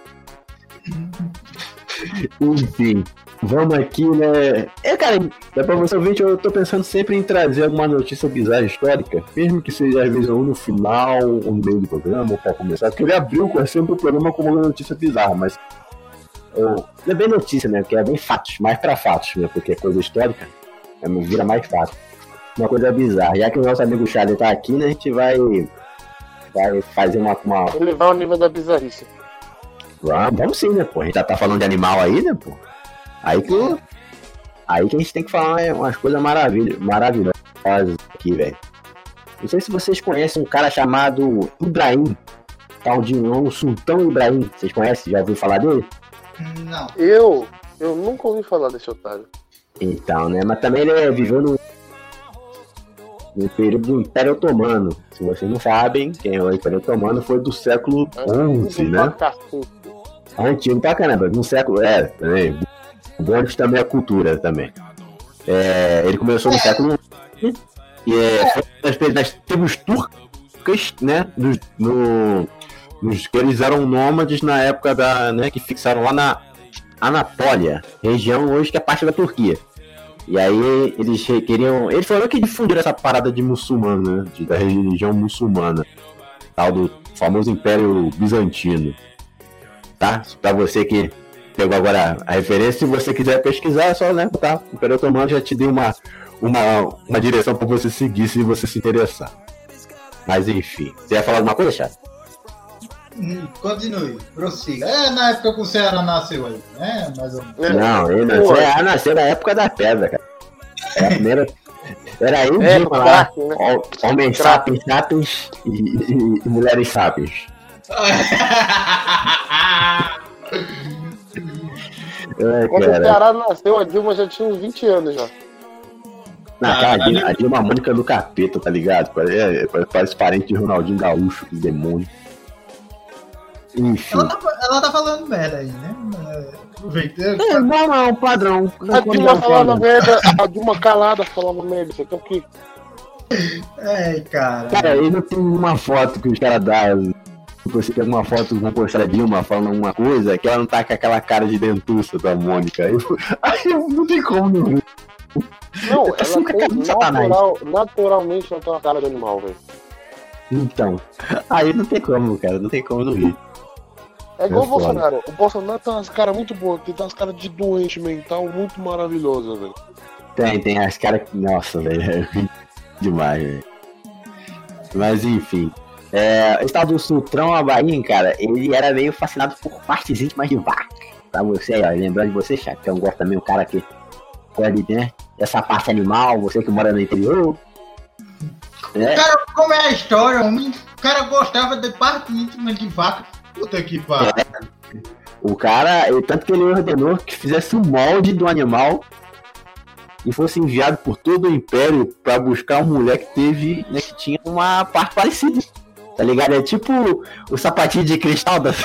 Enfim, vamos aqui, né? Cara, é pra você ouvir, eu tô pensando sempre em trazer alguma notícia bizarra histórica, mesmo que seja às vezes ou no final, ou no meio do programa, ou pra começar, porque ele abriu sempre o programa como uma notícia bizarra, mas não é bem notícia, né? Porque é bem fatos, mais pra fatos, né? Porque é coisa histórica, vira mais fato. Uma coisa bizarra. Já que o nosso amigo Charlie tá aqui, né? A gente vai fazer uma... Elevar o nível da bizarrice. Vamos sim, né, pô? A gente já tá falando de animal aí, né, pô? Aí que a gente tem que falar umas coisas maravilhosas aqui, velho. Não sei se vocês conhecem um cara chamado Ibrahim, tal de um Sultão Ibrahim. Vocês conhecem? Já ouviram falar dele? Não. Eu nunca ouvi falar desse otário. Então, né? Mas também ele viveu no período do Império Otomano. Se vocês não sabem, quem é o Império Otomano foi do século XI, né? Antigo pra caramba, no século... também. O bônus também é cultura também. Ele começou no século XI e foi das tribos turcas, né? Que eles eram nômades na época né, que fixaram lá na Anatólia, região hoje que é parte da Turquia. E aí eles queriam... Eles falaram que difundiram essa parada de muçulmano, né? Da religião muçulmana. Tal do famoso Império Bizantino. Tá? Pra você que pegou agora a referência, se você quiser pesquisar, é só, né? Tá? O Império Otomano já te deu uma direção pra você seguir se você se interessar. Mas enfim. Você ia falar alguma coisa, Thiago? Continue, prossiga. Na época que o Ceará nasceu aí, né? Mais ou menos. Não, ele nasceu na época da pedra, cara. É a primeira. Era aí lá. Né? Homens sapiens e mulheres sapiens. Quando o Ceará nasceu, a Dilma já tinha uns 20 anos já. A Dilma é a Mônica do capeta, tá ligado? Parece parente de Ronaldinho Gaúcho, que demônio. Enfim. Ela tá falando merda aí, né? Não, padrão. A Dilma falava merda, a Dilma calada falava merda. Você quer o quê? Cara. Cara, ele não tem uma foto que os caras dão você tem alguma foto, vão postar da Dilma falando alguma coisa, que ela não tá com aquela cara de dentuça da Mônica. Aí não tem como não ver. Não, Eu tô ela sempre tem com Satanás. naturalmente ela tem uma cara de animal, velho. Então, aí não tem como, cara, não tem como não rir. É igual É o Bolsonaro. O Bolsonaro tem umas caras muito boas, tem umas caras de doente mental muito maravilhosas, velho. Tem as caras que. Nossa, velho, é ruim demais, velho. Mas enfim. Esse tal do Sultrão Abaim, cara, ele era meio fascinado por partes íntimas de vaca. Pra você aí, ó, lembrando de você, Chato, que eu gosto também, um cara que pode, né? Essa parte animal, você que mora no interior. Né? Cara, como é a história, homem? O cara gostava de parte íntima de vaca. Puta que pariu. O cara, tanto que ele ordenou que fizesse um molde do animal e fosse enviado por todo o império pra buscar uma mulher que teve, né, que tinha uma parte parecida. Tá ligado? É tipo o sapatinho de cristal da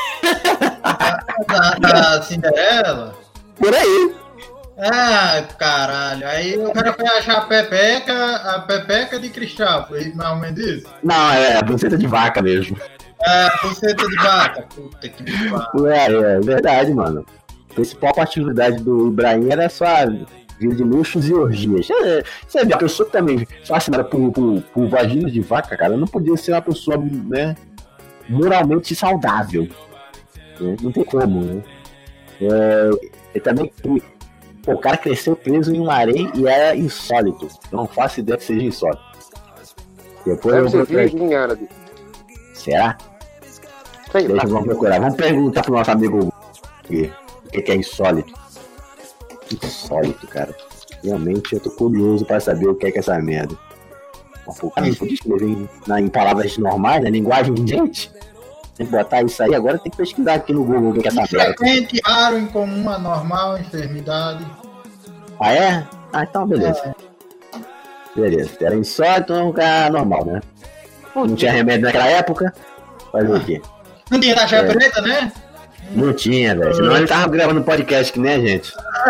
Da Cinderela? por aí. Ah, caralho. Aí o cara foi achar a pepeca de cristal. Foi mais ou menos isso? Não, é buceta de vaca mesmo. Buceta de vaca. Puta que pariu. É verdade, mano. A principal particularidade do Ibrahim era sua vida de luxos e orgias. Você vê, a pessoa que também fascinada por vaginas de vaca, cara, não podia ser uma pessoa, né, moralmente saudável. Né? Não tem como, né? Ele também. Pô, o cara cresceu preso em um harém e era insólito. Eu não faço ideia que seja insólito. Depois Deve eu ser vou procurar. virgem árabe. Será? Sei lá. Deixa eu procurar. Vamos perguntar pro nosso amigo o que é insólito. Insólito, cara. Realmente eu tô curioso pra saber o que é essa merda. O cara não podia escrever em palavras normais, na linguagem de gente. Tem que botar isso aí, agora tem que pesquisar aqui no Google o que é essa merda. Frequente, raro, incomum, anormal, enfermidade. Ah, é? Ah, então beleza. Beleza. Era insólito, um cara normal, né? Não tinha remédio naquela época. Fazer o quê? Não tinha taxa preta, né? Não tinha, velho. Senão ele tava gravando podcast que nem a gente.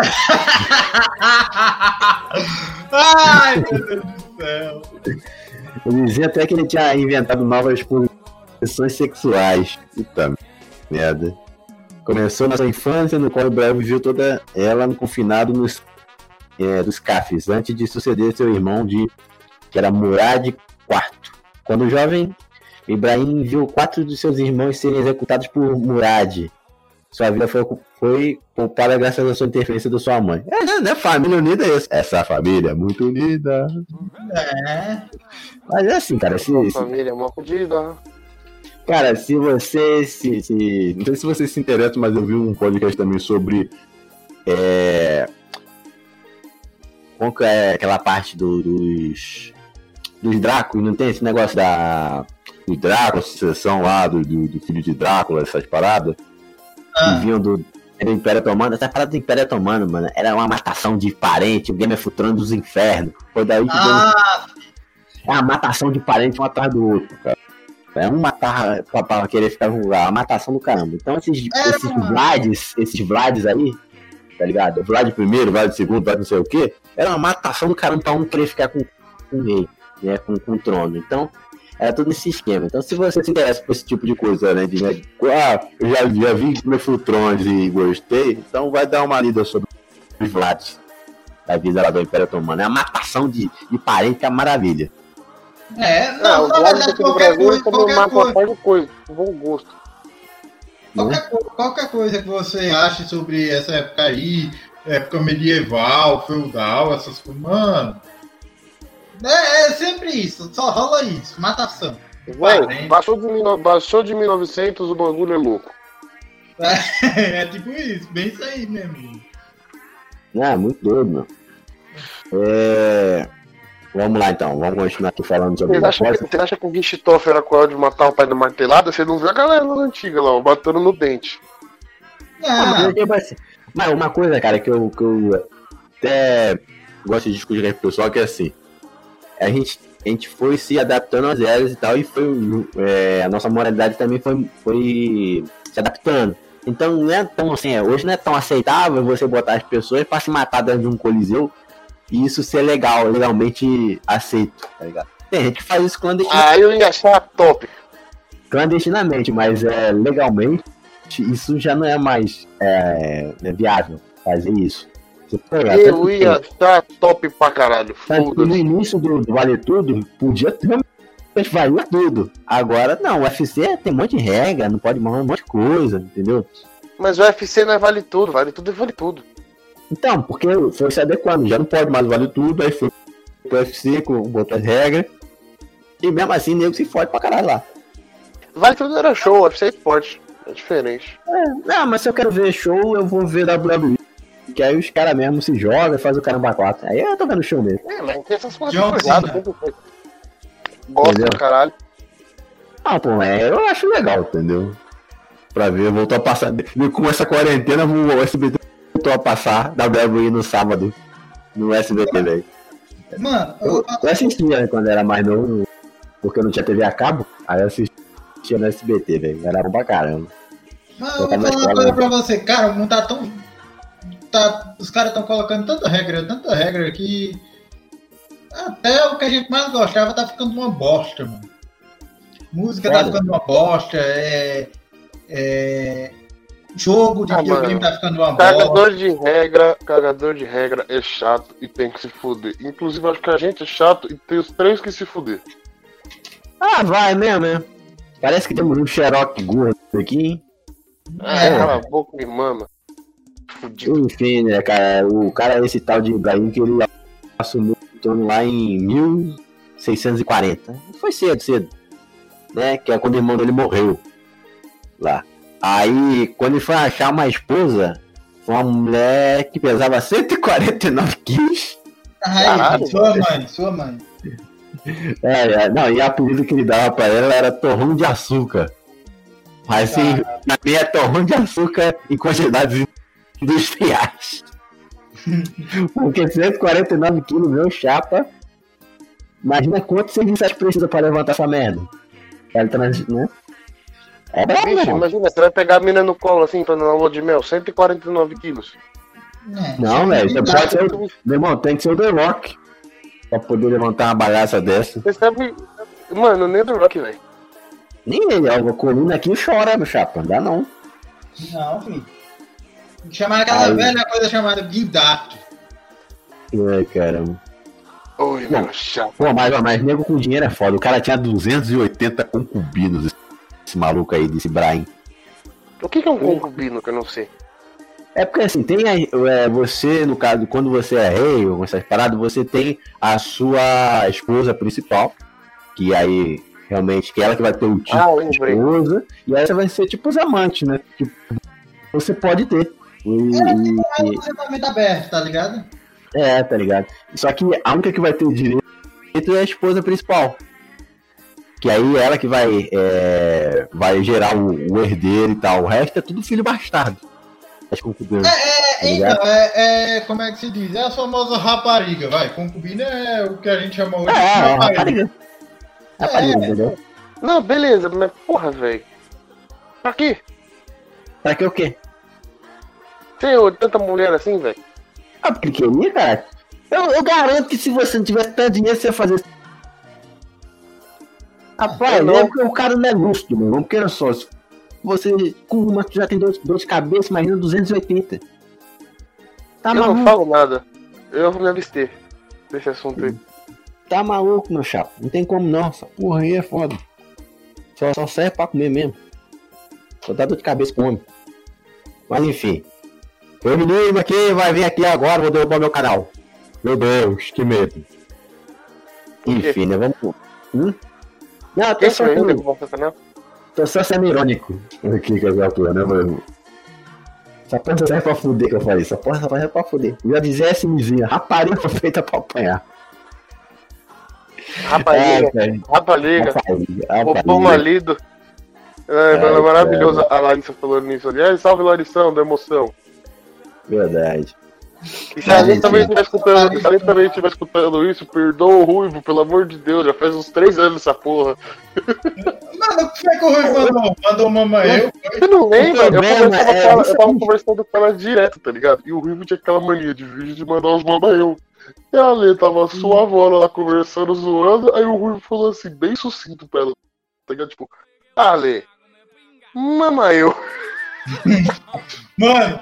Ai, meu Deus do céu. Eu dizia até que ele tinha inventado novas posições sexuais. Puta merda. Começou na sua infância, no qual o Ibrahim viveu toda ela no confinado dos cafés, antes de suceder seu irmão que era Murad IV. Quando jovem, Ibrahim viu 4 de seus irmãos serem executados por Murad. Sua vida foi poupada graças à sua interferência da sua mãe. Né? Família unida é isso. Essa família é muito unida. Mas é assim, cara. Família é uma fodida. Cara, se você não sei se você se interessa, mas eu vi um podcast também sobre qual que é aquela parte dos Dráculos, não tem esse negócio do Drácula, a sucessão lá do filho de Drácula, essas paradas que vinham do Império Otomano. Essa parada do Império Otomano, mano, era uma matação de parente, o Game of Thrones dos infernos. Foi daí que é uma matação de parente um atrás do outro, cara. É um matar pra querer ficar no lugar, uma matação do caramba. Então esses Vlads aí, tá ligado? Vlad primeiro, Vlad segundo, Vlad não sei o que, era uma matação do caramba pra um querer ficar com o rei, né? Com o trono. Então, era todo esse esquema. Então, se você se interessa por esse tipo de coisa, né? Eu já vi Game of Thrones e gostei, então vai dar uma lida sobre os Vlads da vida lá do Império Otomano. É uma matação de parente que é uma maravilha. O Vlad aqui no Brasil também mata uma parte de coisa, com bom gosto. Qualquer coisa que você ache sobre essa época aí, época medieval, feudal, essas coisas, mano. É sempre isso, só rola isso, matação. Véi, baixou de 1900, o bagulho é louco. É tipo isso, bem isso aí mesmo. Muito doido, mano. Vamos lá então, vamos continuar aqui falando sobre Você acha que o Gistoffer era com de matar o pai da martelada? Você não viu a galera antiga lá, batendo no dente. Mas uma coisa, cara, que eu até gosto de discutir com o pessoal, que é assim, a gente foi se adaptando às eras e tal, e a nossa moralidade também foi se adaptando. Então não é tão assim, hoje não é tão aceitável você botar as pessoas pra se matar dentro de um coliseu e isso ser legalmente aceito, tá ligado? Tem gente que faz isso clandestino. Eu ia achar top. clandestinamente, mas legalmente, isso já não é mais viável fazer isso. Eu ia estar top pra caralho. No início do Vale Tudo, podia ter valia tudo. Agora, não, o UFC tem um monte de regra, não pode mandar um monte de coisa, entendeu? Mas o UFC não é vale tudo é vale tudo. Então, porque foi se adequando, já não pode mais vale tudo, aí foi pro UFC com outras regras. E mesmo assim, nego se fode pra caralho lá. Vale tudo era show, o UFC é esporte. É diferente. Não, mas se eu quero ver show, eu vou ver WWE. Que aí os caras mesmo se jogam e fazem o caramba 4. Aí eu tô vendo show mesmo. Mas tem essas coisas pesadas. Gosto do caralho. Ah, pô, eu acho legal, entendeu? Pra ver, voltou a passar. Com essa quarentena, o SBT voltou a passar WWE no sábado. No SBT, velho. Mano, eu assistia, né, quando era mais novo, porque eu não tinha TV a cabo. Aí eu assistia no SBT, velho. Era bom pra caramba. Mas eu vou falar uma coisa pra você, cara, o mundo tá tão. Os caras estão colocando tanta regra que até o que a gente mais gostava tá ficando uma bosta, mano. Música tá ficando uma bosta, jogo de videogame tá ficando uma bosta. Cagador de regra é chato e tem que se fuder. Inclusive acho que a gente é chato e tem os três que se fuder. Ah, vai mesmo, né? Parece que temos um xeroque gordo aqui, hein? Cala a boca e mama. Fudido. Enfim, né, cara, o cara esse tal de Ibrahim que ele assumiu o trono lá em 1640. Foi cedo, né, que é quando o irmão dele morreu lá. Aí, quando ele foi achar uma esposa, foi uma mulher que pesava 149 quilos. Caralho, sua mãe. Não, e a apelido que ele dava pra ela era torrão de açúcar. Mas assim, na minha é torrão de açúcar em quantidades industriais. Porque 149 quilos, meu chapa. Imagina quanto serviço precisa pra levantar essa merda. Né? Bicho, imagina, você vai pegar a mina no colo assim, pra na lua de mel, 149 quilos. Não, velho, você pode ser. Meu irmão, tem que ser o The Rock pra poder levantar uma bagaça dessa. Você sabe, mano, nem o The Rock, velho. Nem ele, a coluna aqui chora, meu chapa, não dá não. Não, filho. Chamar aquela velha coisa chamada guindaste. Ai, caramba. Oi, meu chapa. Pô, mas nego com dinheiro é foda. O cara tinha 280 concubinos, esse maluco aí, desse Brian. O que é um concubino que eu não sei? É porque assim, tem você, no caso, quando você é rei ou essas paradas, você tem a sua esposa principal, que aí realmente que é ela que vai ter o título de esposa, e aí você vai ser tipo os amantes, né? Tipo, você pode ter. É um relacionamento aberto, tá ligado? Tá ligado? Só que a única que vai ter o direito é a esposa principal. Que aí ela que vai gerar o herdeiro e tal. O resto é tudo filho bastardo. Então, como é que se diz? É a famosa rapariga, vai. Concubina é o que a gente chama hoje de rapariga. Rapariga, entendeu? Não, beleza, mas porra, velho. Pra quê? Pra que o quê? Tem tanta mulher assim, velho? Porque queria, cara. Eu garanto que se você não tivesse tanto dinheiro, você ia fazer. Rapaz, porque o cara não é lúcido, meu irmão. Porque olha só, se você com uma já tem dor de cabeça, imagina 280. Tá eu maluco? Não falo nada. Eu vou me abster desse assunto aí. Tá maluco, meu chapa. Não tem como não. Essa porra aí é foda. Só serve pra comer mesmo. Só dá dor de cabeça com homem. Mas enfim. O menino aqui vai vir aqui agora, vou derrubar meu canal. Meu Deus, que medo. Enfim, né? Vamos. Não, tô só sendo irônico aqui com essa altura, né, meu irmão? Essa porra só serve pra fuder que eu falei. Essa porra só serve pra fuder. Eu já dizia SMzinha, rapariga foi feita pra apanhar. Rapariga. O pão malido. É maravilhoso a Larissa falando nisso. Aliás, salve Larissão da emoção. Verdade. E se a gente também estiver escutando isso, perdoa o Ruivo, pelo amor de Deus, já faz uns 3 anos essa porra. Mano, o que foi que o Ruivo mandou? Mandou mamãe eu não lembro, eu tava conversando com ela direto, tá ligado? E o Ruivo tinha aquela mania de vídeo de mandar os mamãe. E a Lê tava suavona lá conversando, zoando, aí o Ruivo falou assim, bem sucinto pra ela, tá ligado? Tipo, Ale. Mama eu. Mano,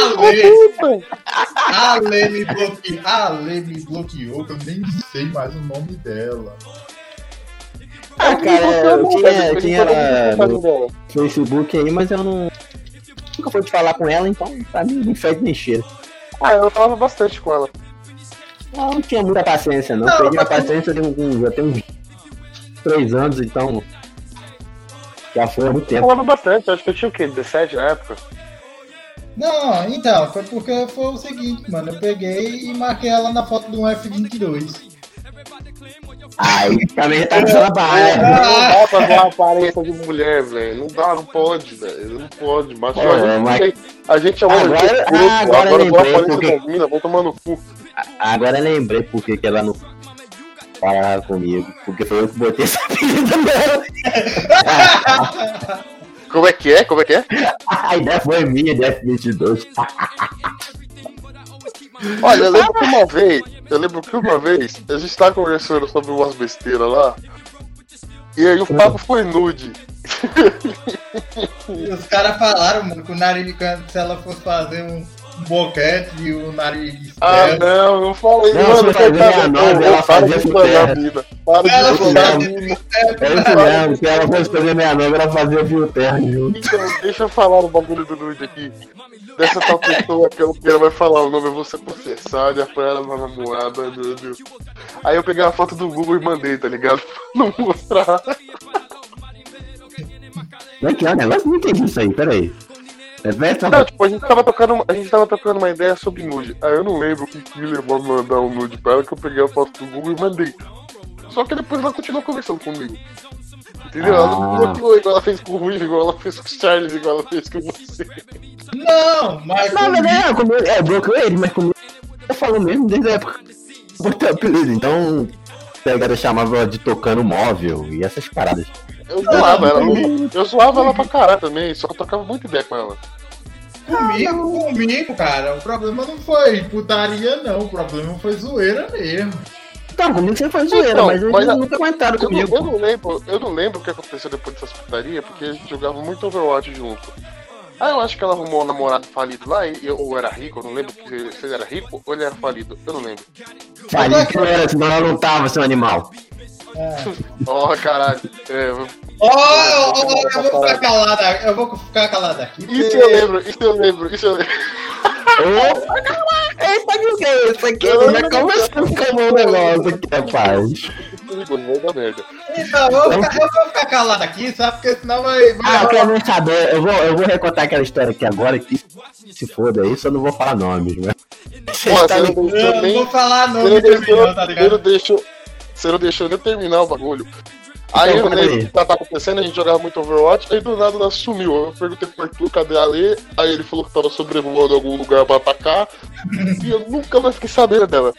Ale me bloqueou, que eu nem sei mais o nome dela. Ah, cara, eu tinha ela no Facebook aí, mas eu nunca fui te falar com ela, então pra mim não fede nem cheiro. Ah, eu falava bastante com ela. Eu não tinha muita paciência, não. Perdi a paciência já tem uns 3 anos, então. Já foi há muito Eu tempo. falava bastante, acho que eu tinha o quê? 17 na época? Não, então, foi porque foi o seguinte, mano. Eu peguei e marquei ela na foto do F22. Aí também tá usando a barra. Não dá pra ver uma aparência de mulher, velho. Não dá, não pode, velho. Não pode. Mas a gente é um homem de grupo. Agora eu vou aparecer com mina, vou tomar no cu. Agora eu lembrei porque que ela não falava comigo. Porque foi eu que botei essa apelido nela. Como é que é? Como é que é? A ideia foi minha, de F22. Olha, eu lembro que uma vez a gente tava conversando sobre umas besteiras lá. E aí o papo foi nude. E os caras falaram, mano, que o nariz, se ela fosse fazer um boquete e o nariz. Ah, não falei, não, mano. Ela fazia futerra. Para de mandar a mina. É isso mesmo, se ela fosse fazer 69, ela fazia filterra junto. Então, deixa eu falar o bagulho do nude aqui. Dessa tal pessoa que ela vai falar o nome, eu vou ser processado, pra ela na namorada, meu Deus. Aí eu peguei a foto do Google e mandei, tá ligado? Não mostrar. Como é que é o negócio? Não entendi isso aí, peraí. Não, tipo, a gente tava tocando uma ideia sobre nude. Aí eu não lembro o que me levou a mandar um nude pra ela, que eu peguei a foto do Google e mandei. Só que depois ela continuou conversando comigo. Entendeu? Ela não bloqueou igual ela fez com o Will, igual ela fez com o Charles, igual ela fez com você. Não, mas. Não, comigo, bloqueou ele, mas comigo eu falo mesmo desde a época que eu botei o apelido. Então, a galera chamava de tocando móvel e essas paradas. Eu zoava ela, eu zoava ela pra caralho também, só que eu trocava muita ideia com ela. Comigo, cara, o problema não foi putaria, não. O problema foi zoeira mesmo. Então, comigo sempre foi zoeira, então, mas eles nunca aguentaram comigo. Eu não lembro o que aconteceu depois dessas putarias, porque a gente jogava muito Overwatch junto. Ah, eu acho que ela arrumou um namorado falido lá, ou era rico, eu não lembro se ele era rico ou ele era falido, eu não lembro. Falido que não era, senão ela não tava, seu animal. Oh, caralho. Eu vou ficar calado aqui. Isso eu lembro. Eita, que é isso aqui? Já começando com um negócio aqui, rapaz. Então, eu vou ficar calado aqui, sabe? Porque senão vai. Eu quero saber, eu vou recontar aquela história aqui agora, que se foda aí, só não vou falar nomes, né? Eu não vou falar nomes, tá ligado? Você não deixou nem terminar o bagulho. Aí eu lembro o que tá acontecendo, a gente jogava muito Overwatch, aí do nada ela sumiu. Eu perguntei pro Arthur, cadê a Lê? Aí ele falou que tava sobrevoando algum lugar pra atacar. E eu nunca mais fiquei sabendo dela.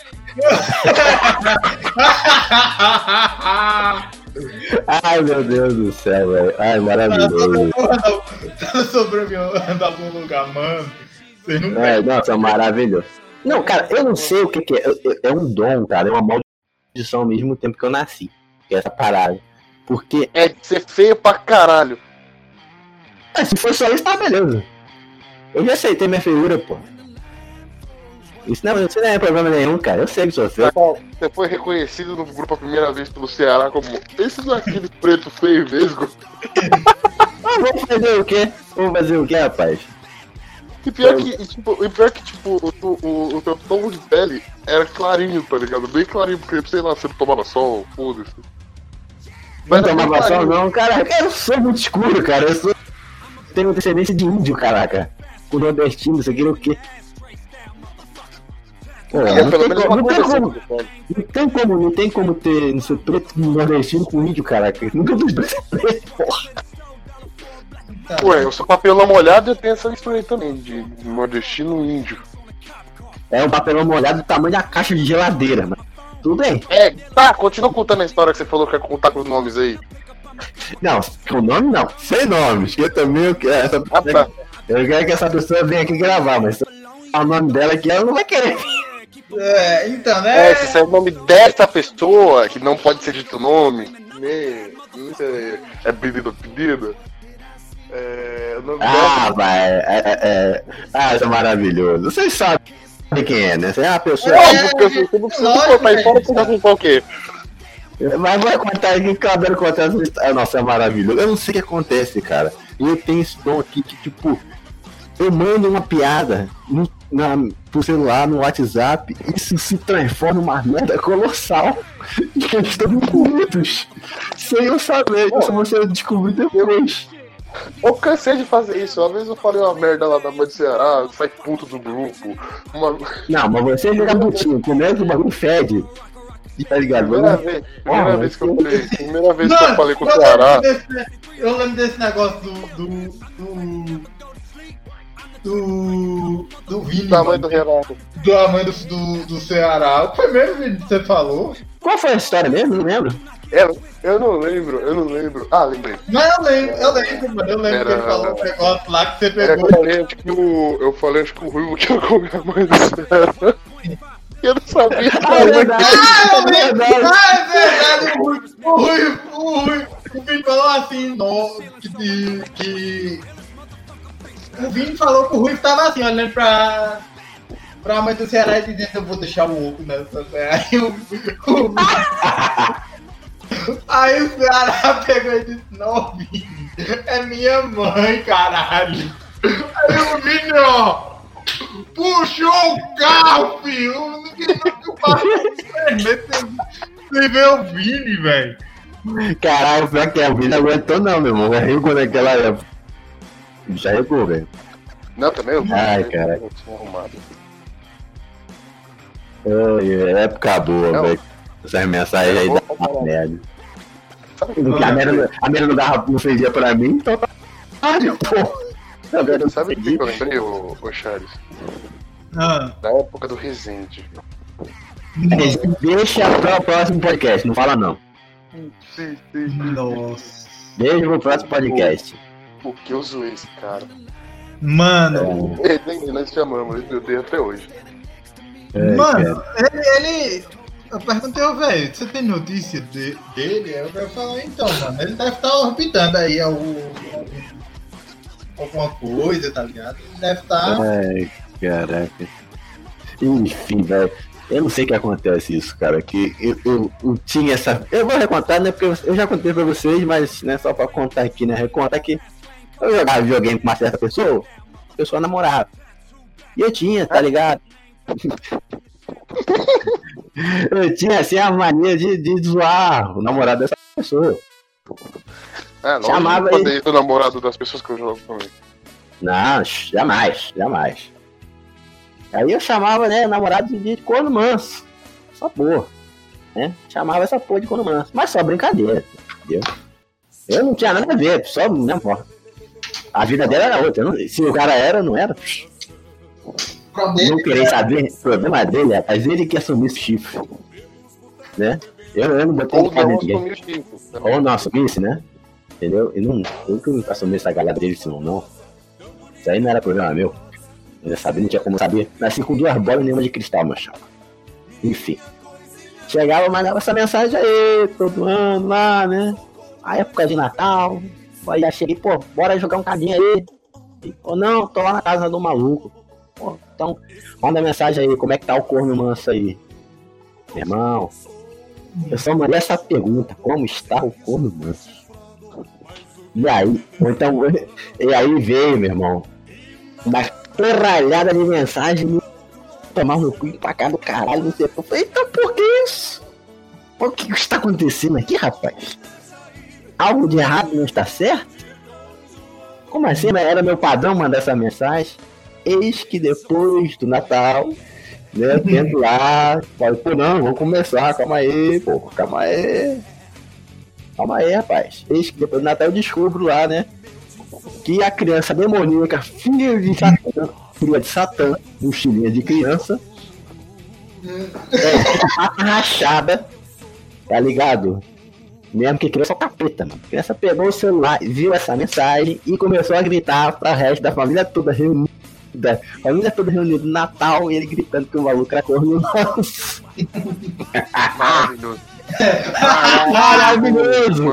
Ai, meu Deus do céu, velho. Ai, maravilhoso. Tá sobrevoando algum lugar, mano. Você não vai. Nossa, maravilhoso. Não, cara, eu não sei o que é. É um dom, cara. É uma maldição ao mesmo tempo que eu nasci. Que é essa parada. Porque. É de ser feio pra caralho. Se for só isso, tá beleza. Eu já aceitei minha feiura, pô. Isso não é problema nenhum, cara. Eu sei que sou feio. Você foi reconhecido no grupo a primeira vez pelo Ceará como esse não é aquele preto feio mesmo. Vamos fazer o quê? Rapaz? E pior que, o teu tom de pele era clarinho, tá ligado? Bem clarinho, porque, sei lá, você não tomava sol, foda-se. Não tomava sol, não, cara. Eu sou muito escuro, cara. Tenho descendência de índio, caraca. O nordestino, isso aqui é o quê? Pô, não tem como ter no seu preto nordestino com índio, caraca. Nunca vi preto, porra. Ué, eu sou papelão molhado e eu tenho essa mistura aí também, de nordestino e índio. É um papelão molhado do tamanho da caixa de geladeira, mano. Tudo bem. Tá, continua contando a história que você falou que ia contar com os nomes aí. Não, com nome não, sem nomes, que eu também eu quero. Eu quero que essa pessoa venha aqui gravar, mas se eu falar o nome dela aqui, ela não vai querer. Então, né? Se é o nome dessa pessoa, que não pode ser dito nome, nem. Não sei, é pedido. O nome isso é maravilhoso. Vocês sabem quem é, né? Você é uma pessoa. porque você não precisa contar história, você já contar o quê? Mas vai contar aqui que eu adoro contar essa história. Nossa, é maravilhoso. Eu não sei o que acontece, cara. E eu tenho esse dom aqui que, tipo, eu mando uma piada pro celular, no WhatsApp, e isso se transforma numa merda colossal de questão de minutos. Sem eu saber, isso você descobrir depois. Eu cansei de fazer isso. Uma vez eu falei uma merda lá da mãe do Ceará, sai puto do grupo. Não, mas você joga butinho, começa que o bagulho fede. Tá ligado? Primeira vez que eu falei com o Ceará. Eu lembro desse negócio do Vini. Da mãe do Renato. Da mãe do Ceará. O primeiro vídeo que você falou. Qual foi a história mesmo? Não lembro. Eu não lembro. Ah, lembrei. Não, eu lembro, mano. Eu lembro que ele falou um negócio lá que você pegou. Eu falei, acho que o Rui que eu comi a mãe do Ceará. Eu não sabia. É verdade. O Vini falou assim, que o Vini falou que o Rui tava assim, olhando pra mãe do Ceará e dizendo, eu vou deixar o oco nessa. Aí o Ceará pegou e disse, não, Vini, é minha mãe, caralho. Aí o Vini, ó, puxou o carro, filho. Você vê o Vini, velho. Caralho, pior que o Vini não aguentou não, meu irmão. Riu quando aquela época. Já riu, velho. Não, também eu. Ai, cara. Época boa, velho. Essas mensagens aí da merda. A merda não fazia pra mim, então tá. Pô. Sabe o que eu lembrei, ô Charles? Da época do Resende. Deixa para o próximo podcast, não fala não. Sim. Nossa. Deixa pro próximo podcast. Porque eu zoei esse cara. Mano. Nós chamamos, eu dei até hoje. Mano, ele. Eu perguntei, velho, você tem notícia dele? Eu quero falar então, mano. Ele deve estar orbitando aí alguma coisa, tá ligado? Ele deve estar. Ai, caraca. Enfim, velho. Eu não sei o que acontece isso, cara. Que eu tinha essa. Eu vou recontar, né? Porque eu já contei pra vocês, mas né, só pra contar aqui, né? Recontar que eu jogava videogame com uma certa pessoa, a pessoa namorava. E eu tinha, tá ligado? Eu tinha assim a mania de zoar o namorado dessa pessoa. Não chamava ele do namorado das pessoas que eu jogo também. Não, jamais. Aí eu chamava, né, o namorado de corno manso. Só porra. Né? Chamava essa porra de corno manso. Mas só brincadeira, entendeu? Eu não tinha nada a ver, só não porra. A vida dela era outra. Se o cara era, não era. Não queria saber. O problema dele é ele que assumir esse chifre. Né? Eu não botei pra ninguém. Ou não assumisse, né? Entendeu? Eu que assumi essa galera dele, senão não. Isso aí não era problema meu. Eu já sabia, não tinha como saber. Nasci com 2 bolas e nenhuma de cristal, meu chapa. Enfim. Chegava, mandava essa mensagem aí, todo ano lá, né? A época de Natal. Aí já cheguei, pô, bora jogar um cadinho aí. Ou não, tô lá na casa do maluco. Pô, então, manda mensagem aí, como é que tá o corno manso aí? Meu irmão, eu só mandei essa pergunta, como está o corno manso? E aí, então, e aí veio, meu irmão, uma porralhada de mensagem, tomar no cu pra cá do caralho, não sei o que. Eu falei, então por que isso? O que está acontecendo aqui, rapaz? Algo de errado não está certo? Como assim? Era meu padrão mandar essa mensagem? Eis que depois do Natal, né, tento lá, falei, pô, não, vamos começar, calma aí, rapaz. Eis que depois do Natal eu descubro lá, né, que a criança demoníaca, filha de Satã, mochilinha de criança, rachada, tá ligado? Mesmo que criança é o capeta, mano. A criança pegou o celular, viu essa mensagem e começou a gritar pra resto da família toda reunida. No Natal e ele gritando que o maluco era corno manso. Maravilhoso. Maravilhoso!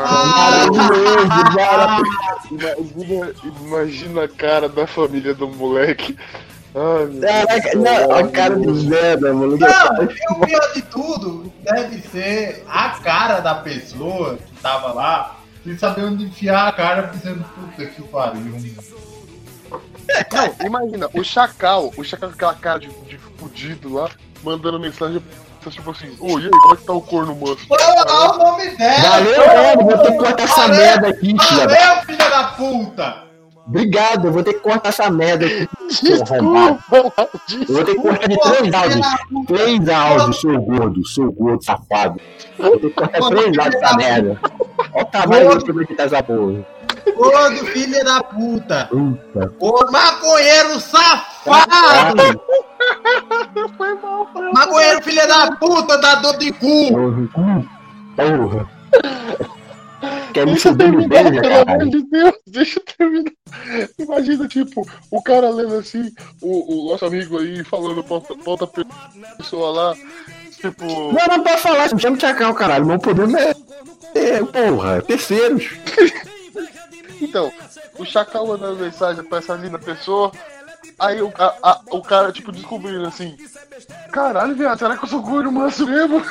Imagina a cara da família do moleque. Ai, meu Caraca, Deus. não, a cara do merda, mano. Não, e o pior de tudo deve ser a cara da pessoa que tava lá sem saber onde enfiar a cara pensando, puta que pariu. Não, imagina, o Chacal com aquela cara de fudido lá, mandando mensagem tipo assim, ô, e aí, como é que tá o corno manso? Olha o nome dela! Valeu, mano, vou ter que cortar essa merda aqui, filha. Valeu, filha da puta! Obrigado, eu vou ter que cortar essa merda aqui. Eu vou ter que cortar de 3 áudios. 3 áudios, seu gordo, safado. Vou ter que cortar 3 áudios dessa merda. Olha o tamanho que vai quitar essa porra. Gordo, filha da puta! Puta. Ô, maconheiro safado! Foi mal. Maconheiro, filha da puta, dá dor de cu! Porra. Quer me Deixa eu fuder no terminar, beijo, pelo amor caralho? de Deus, deixa eu terminar. Imagina, tipo, o cara lendo assim, o nosso amigo aí falando pra outra pessoa lá, tipo. Não pode falar, não chama de Chacal, caralho. Meu problema porra, terceiros. Então, o Chacal mandando mensagem pra essa linda pessoa, aí o cara, tipo, descobrindo assim, caralho, viado, será que eu sou gordo manso mesmo?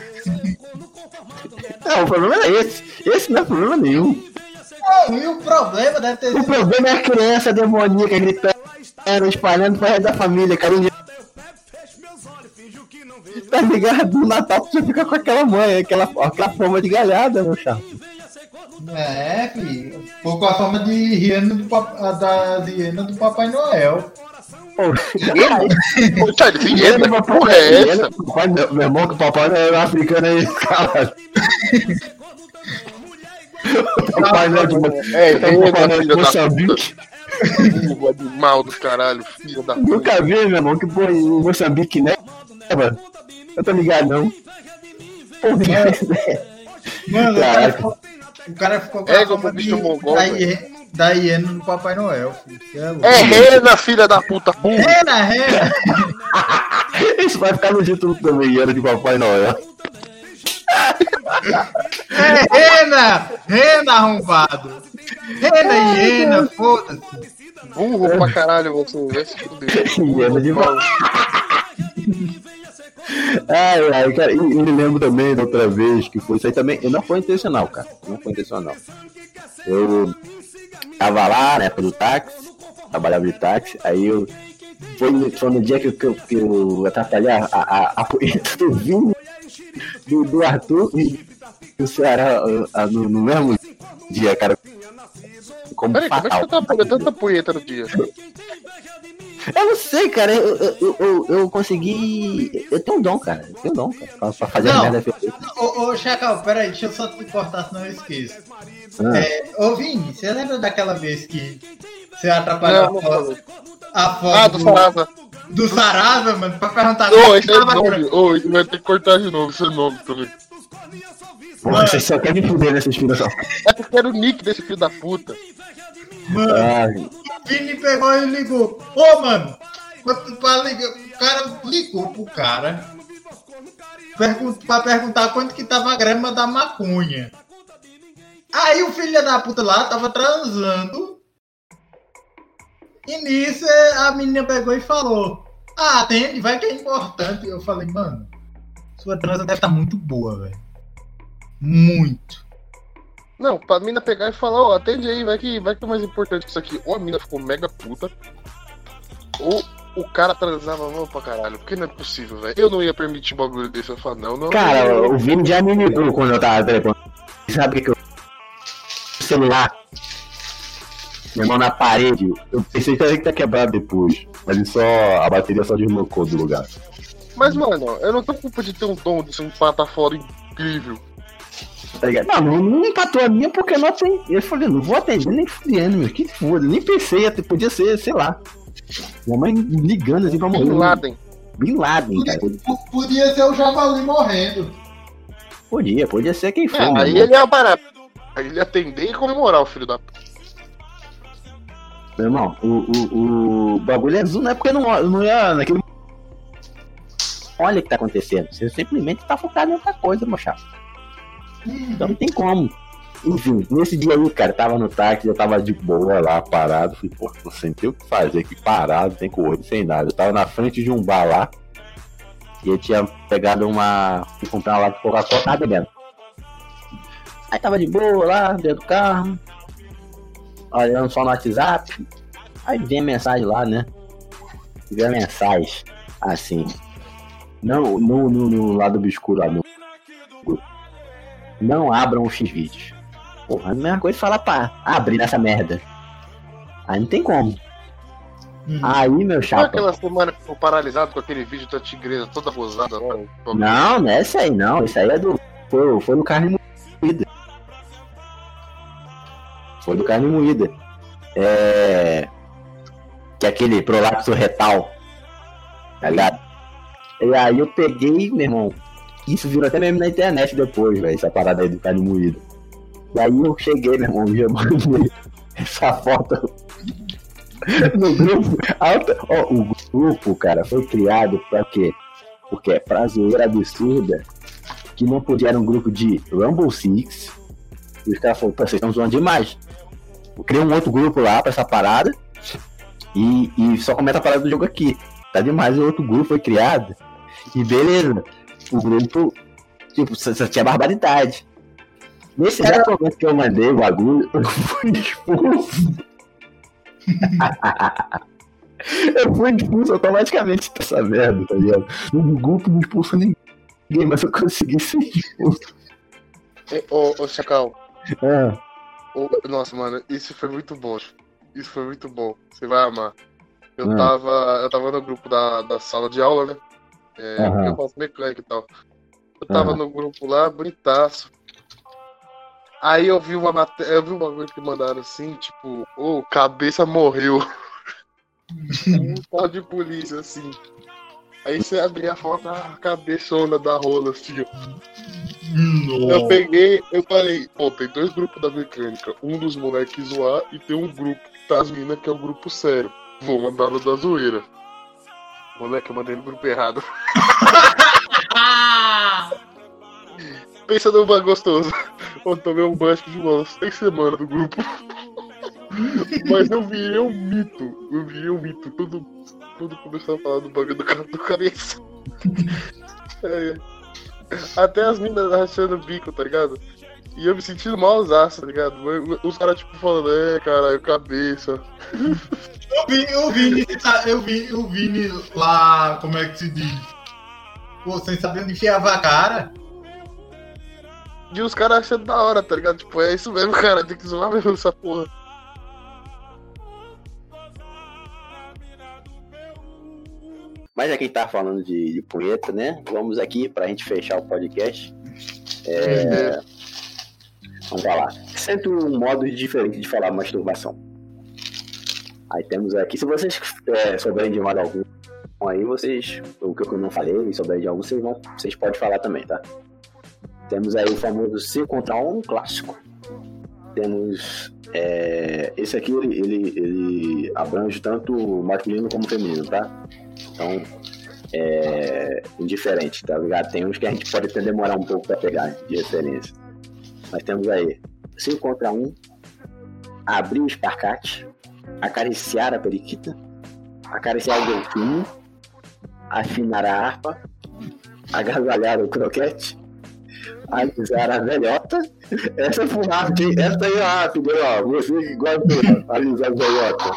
Não, o problema é esse. Esse não é problema nenhum. Não, e o problema deve ter O sido. problema é a criança demoníaca gritando, espalhando pra resto da família, cara. Tá ligado? No Natal você fica com aquela mãe, aquela forma de galhada, meu chato. É, filho. Ficou com a forma de hiena da hiena do Papai Noel. Ô, Charlie, vinheta, que porra é essa? Meu irmão, que o papai não era africano aí, cara. O papai não é de Moçambique. O animal do caralho, filho da puta. Nunca vi, meu irmão, que porra em Moçambique, né, mano? Eu tô ligado, não. Mano, Caraca. o cara ficou com É, a forma como bicho mongol, da hiena do Papai Noel, filho. Você é louco. É rena, filha da puta, burro. Rena! Isso vai ficar no título também, era de Papai Noel. É Rena, arrombado! Rena e hiena, foda-se! Burro pra caralho, você vai se fuder. Hiena de Ai, cara, e me lembro também da outra vez que foi isso aí também. Não foi intencional, cara. Não foi intencional. Eu tava lá na época do táxi, trabalhava de táxi, aí eu. Foi no dia que eu atrapalhei a poeta do vinho do Arthur e o Ceará no mesmo dia, cara. Como Peraí, como é que você tá pegando tanta punheta no dia? Eu não sei, cara. Eu consegui. Eu tenho um dom, cara. Eu tenho um dom, cara. Pra fazer a merda feita. Ô, Chacal, peraí, deixa eu só te cortar, senão eu esqueço. Ô, Vini, você lembra daquela vez que você atrapalhou a foto do Sarasa. Do Sarasa, mano, pra perguntar... Ô, esse é nome. Ô, ele vai ter que cortar de novo esse nome também. Porra, você só quer me fuder nesses filhos da... É porque era o nick desse filho da puta. Mano, o Vini pegou e ligou. Ô, mano, o cara ligou pro cara pra perguntar quanto que tava a grama da maconha. Aí o filho da puta lá tava transando. E nisso a menina pegou e falou: ah, atende, vai que é importante. Eu falei, mano, sua transa deve estar muito boa, velho. Muito. Não, pra mina pegar e falar, ó, atende aí, vai que é mais importante que isso aqui. Ou a mina ficou mega puta, ou o cara transava mal pra caralho. Porque não é possível, velho. Eu não ia permitir um bagulho desse. Eu falo, não. Cara, não. o Vini já me ligou quando eu tava telefonando. Sabe o que eu... celular. Minha mão na parede. Eu pensei que tá quebrado depois. Mas ele a bateria só deslocou do lugar. Mas, mano, eu não tô com culpa de ter um dom de ser um patafora incrível. Tá ligado? Não empatou a minha porque eu não atendi. Eu falei, não vou atender nem fudendo, meu. Que foda. Nem pensei, até podia ser, sei lá. Minha mãe ligando assim pra morrer. Bin Laden, cara. Podia ser o Javali morrendo. Podia ser quem for. Aí ele ia parar. Aí ele ia atender e comemorar o filho da puta. Meu irmão, o bagulho é azul, não é porque não ia naquele. Olha o que tá acontecendo. Você simplesmente tá focado em outra coisa, meu chato. Então não tem como. Enfim, nesse dia aí, cara, tava no táxi, eu tava de boa lá, parado. Falei, pô, não sei o que fazer aqui, parado, sem correr, sem nada. Eu tava na frente de um bar lá. E eu tinha pegado fui comprar uma lata de Coca-Cola, tava bebendo. Aí tava de boa lá, dentro do carro, olhando só no WhatsApp. Aí vem a mensagem lá, né? Vem a mensagem, assim. Não, no lado obscuro lá, no grupo. Não abram os X-Vídeos. Porra, a mesma coisa falar pra abrir nessa merda. Aí não tem como. Aí, meu Foi chapa. aquela semana que ficou paralisado com aquele vídeo da tigresa toda rosada lá? Não é essa aí, não. Isso aí é do. Foi no Carne Moída. Foi do Carne Moída. Que é aquele prolapso retal. Tá ligado? E aí eu peguei, meu irmão. Isso virou até mesmo na internet depois, velho. Essa parada aí do Carne Moída. E aí eu cheguei, meu irmão. Já mandei essa foto no grupo. O grupo, cara, foi criado pra quê? Porque é pra zoeira absurda. Que não podia, era um grupo de Rumble Six. E os caras falaram, vocês estão zoando demais. Eu criei um outro grupo lá pra essa parada. E só comenta a parada do jogo aqui. Tá demais, o outro grupo foi criado. E beleza. O grupo, tipo, só tinha barbaridade. Nesse exato momento que eu mandei o bagulho, eu fui expulso. Eu fui expulso automaticamente dessa merda, tá ligado? No grupo não expulsou ninguém, mas eu consegui ser expulso. Ô, Chacal. Ah. Nossa, mano, isso foi muito bom. Isso foi muito bom. Você vai amar. Eu tava no grupo da sala de aula, né? Eu faço mecânica e tal. Eu tava no grupo lá, bonitaço. Aí eu vi uma coisa que mandaram assim, tipo, cabeça morreu. Um tal de polícia, assim. Aí você abria a foto, a cabeçona da rola, assim, ó. Eu peguei, eu falei, tem 2 grupos da mecânica. Um dos moleques zoar e tem um grupo das minas que é o grupo sério. Vou mandar no da zoeira. Moleque, eu mandei no grupo errado. Pensa num bagulho gostoso. Eu tomei um banho de umas 6 semanas do grupo. Mas eu virei um mito. Tudo começou a falar do bagulho do cabeça. Até as minas rachando o bico, tá ligado? E eu me sentindo malzaço, tá ligado? Os caras tipo falando, caralho, cabeça. Eu vi o Vini lá, como é que se diz? Pô, sem saber onde enfiava a cara. E os caras achando da hora, tá ligado? Tipo, é isso mesmo, cara, tem que zoar mesmo essa porra. Mas aqui tá falando de punheta, né? Vamos aqui pra gente fechar o podcast. Vamos lá. 101 modos diferentes de falar masturbação. Aí temos aqui, se vocês souberem de modo algum, aí vocês, o que eu não falei, souberem de algum, vocês podem falar também, tá? Temos aí o famoso 5 contra 1 clássico. Temos esse aqui, ele abrange tanto masculino como feminino, tá? Então, indiferente, tá ligado? Tem uns que a gente pode até demorar um pouco pra pegar de referência. Mas temos aí 5 contra 1, abrir o espacate, acariciar a periquita, acariciar o golfinho, afinar a harpa, agasalhar o croquete, alisar a velhota. Essa foi rápida, essa aí é rápida, ó. Você que gosta de alisar a velhota.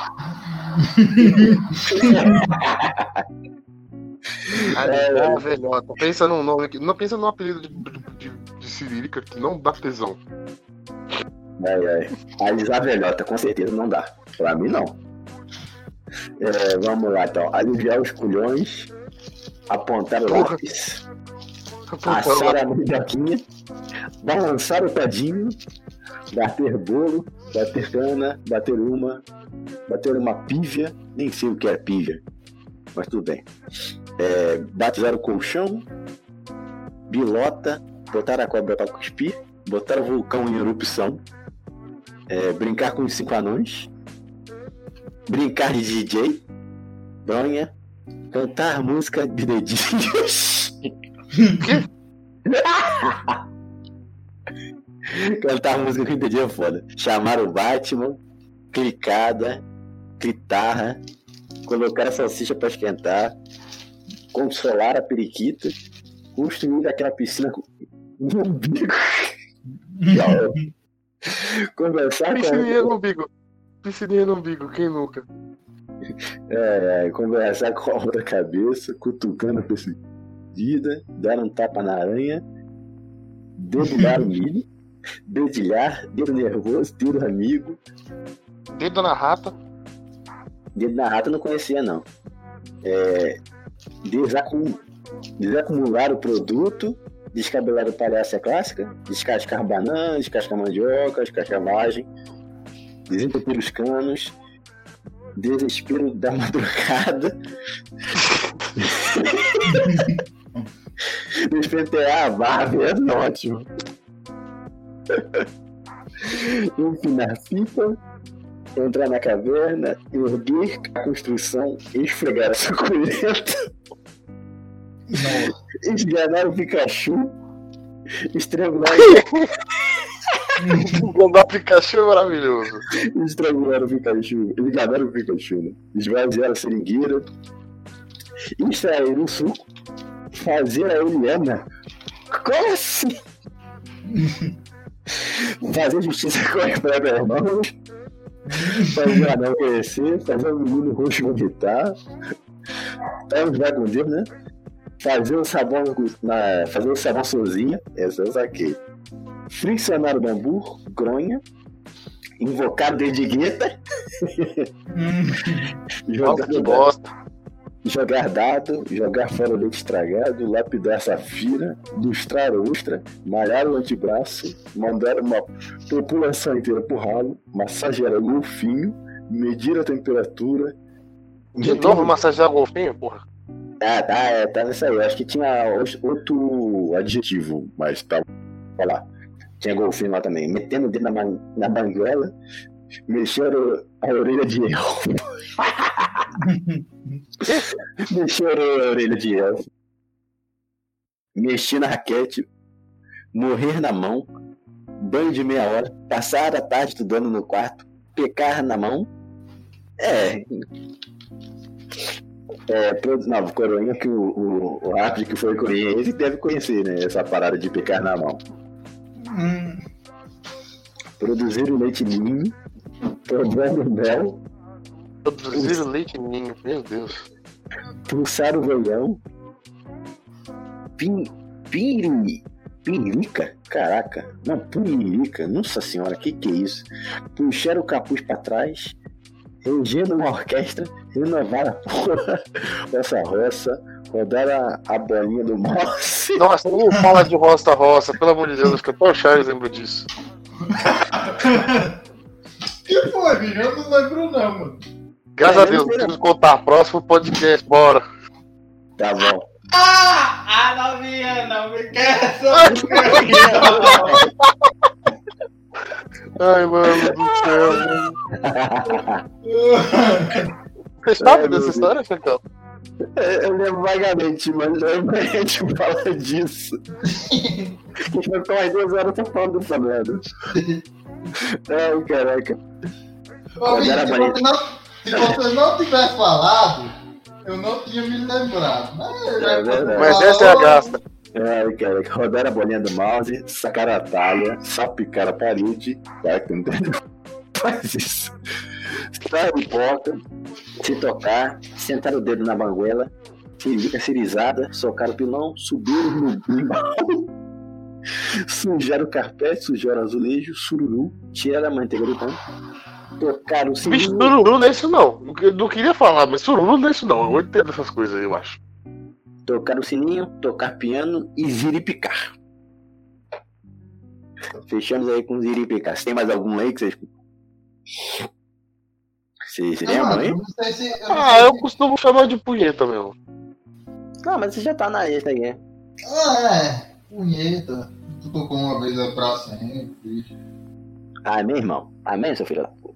Alisar a velhota. Pensa num nome aqui. Não pensa num apelido de cirílica que não dá tesão. Alisar a velhota, com certeza não dá. Pra mim, não. Vamos lá, então. Aliviar os culhões, apontar o lápis, assar a mandioquinha, balançar o tadinho, bater bolo, bater cana, bater uma pívia, nem sei o que é pívia, mas tudo bem. Batizar o colchão, bilota, botar a cobra pra cuspir, botar o vulcão em erupção, brincar com os 5 anões, brincar de DJ, bronha, cantar música de dedinhos. Cantar música que eu entendi é foda. Chamar o Batman, clicada, guitarra, colocar a salsicha pra esquentar, consolar a periquita, construir aquela piscina no umbigo. Conversar Piscininha no umbigo. Piscininha no umbigo, quem nunca? Conversar com a outra cabeça, cutucando a perseguida, dar um tapa na aranha, dedilhar o milho, dedilhar, dedo nervoso, dedo amigo. Dedo na rata. Dedo na rata eu não conhecia, não. Desacumular o produto, descabelar o palhaço é clássica, descascar banana, descascar mandioca, descascar vagem, desentupir os canos, desespero da madrugada, despentear a barba, é ótimo. Empinar pipa, entrar na caverna, erguer a construção, esfregar a suculenta, esganar o Pikachu, estrangular o Pikachu é maravilhoso. estrangular o Pikachu, esganar o Pikachu, né? Esvaziar a seringueira, extrair o suco, fazer a Eliana. Como assim? Fazer justiça com as próprias mãos, fazer o anão conhecer, fazer o menino roxo vomitar, uns vai com Deus, né? Fazer o sabão sozinha, essa eu saquei. Friccionar o bambu, gronha, invocar o dedo de gueta, jogar dado, jogar fora o leite estragado, lapidar safira, lustrar ostra, malhar o antebraço, mandar uma população inteira pro ralo, massagear o golfinho, medir a temperatura. De novo massagear o golfinho, porra? Tá nessa aí. Eu acho que tinha outro adjetivo, mas tá lá. Tinha golfinho lá também. Metendo o dedo na banguela, mexendo a orelha de elfo. Mexendo a orelha de elfo. Mexer na raquete, morrer na mão, banho de meia hora, passar a tarde estudando no quarto, pecar na mão. Coroinha, que o árbitro que foi coroinha, ele deve conhecer, né? Essa parada de pecar na mão. Produzir o leite ninho, provando mel. Produzir o leite ninho, meu Deus. Pulsar o veião. Piririca? Caraca, não, piririca, nossa senhora, que é isso? Puxar o capuz pra trás, reger numa orquestra, renovar a porra, roça, rodar a bolinha do mouse. Nossa, não fala de roça, pelo amor de Deus, fica tão chato, eu lembro disso. Que foi, bicho? Eu não lembro não, mano. Graças a Deus, temos que contar. Próximo podcast, bora. Tá bom. Novinha, não me quer. Ai, mano do céu. Você sabe dessa história, Chacão? Eu lembro vagamente, mas a gente fala disso. A gente vai ficar mais 2 horas só falando dessa merda. Ai, caraca. Se você não tivesse falado, eu não tinha me lembrado. Mas essa é a graça. Ai, caraca. Rodar a bolinha do mouse, sacar a talha, salpicar a parede. Vai que não faz isso. Estar em porta, se tocar, sentar o dedo na banguela, fica cirizada, socar o pilão, subir no bimbal, sujar o carpete, sujar o azulejo, sururu, tirar a manteiga do pão, tocar o sininho. Bicho, sururu não é isso não. Eu não queria falar, mas sururu não é isso não. Eu entendo essas coisas aí, eu acho. Tocar o sininho, tocar piano e ziripicar. Fechamos aí com ziripicar. Você tem mais algum aí que vocês... Você lembra aí? Eu costumo chamar de punheta mesmo. Não, mas você já tá na lista aí, Punheta. Tu tocou uma vez é pra sempre, bicho. Meu irmão. Amém, seu filho da puta.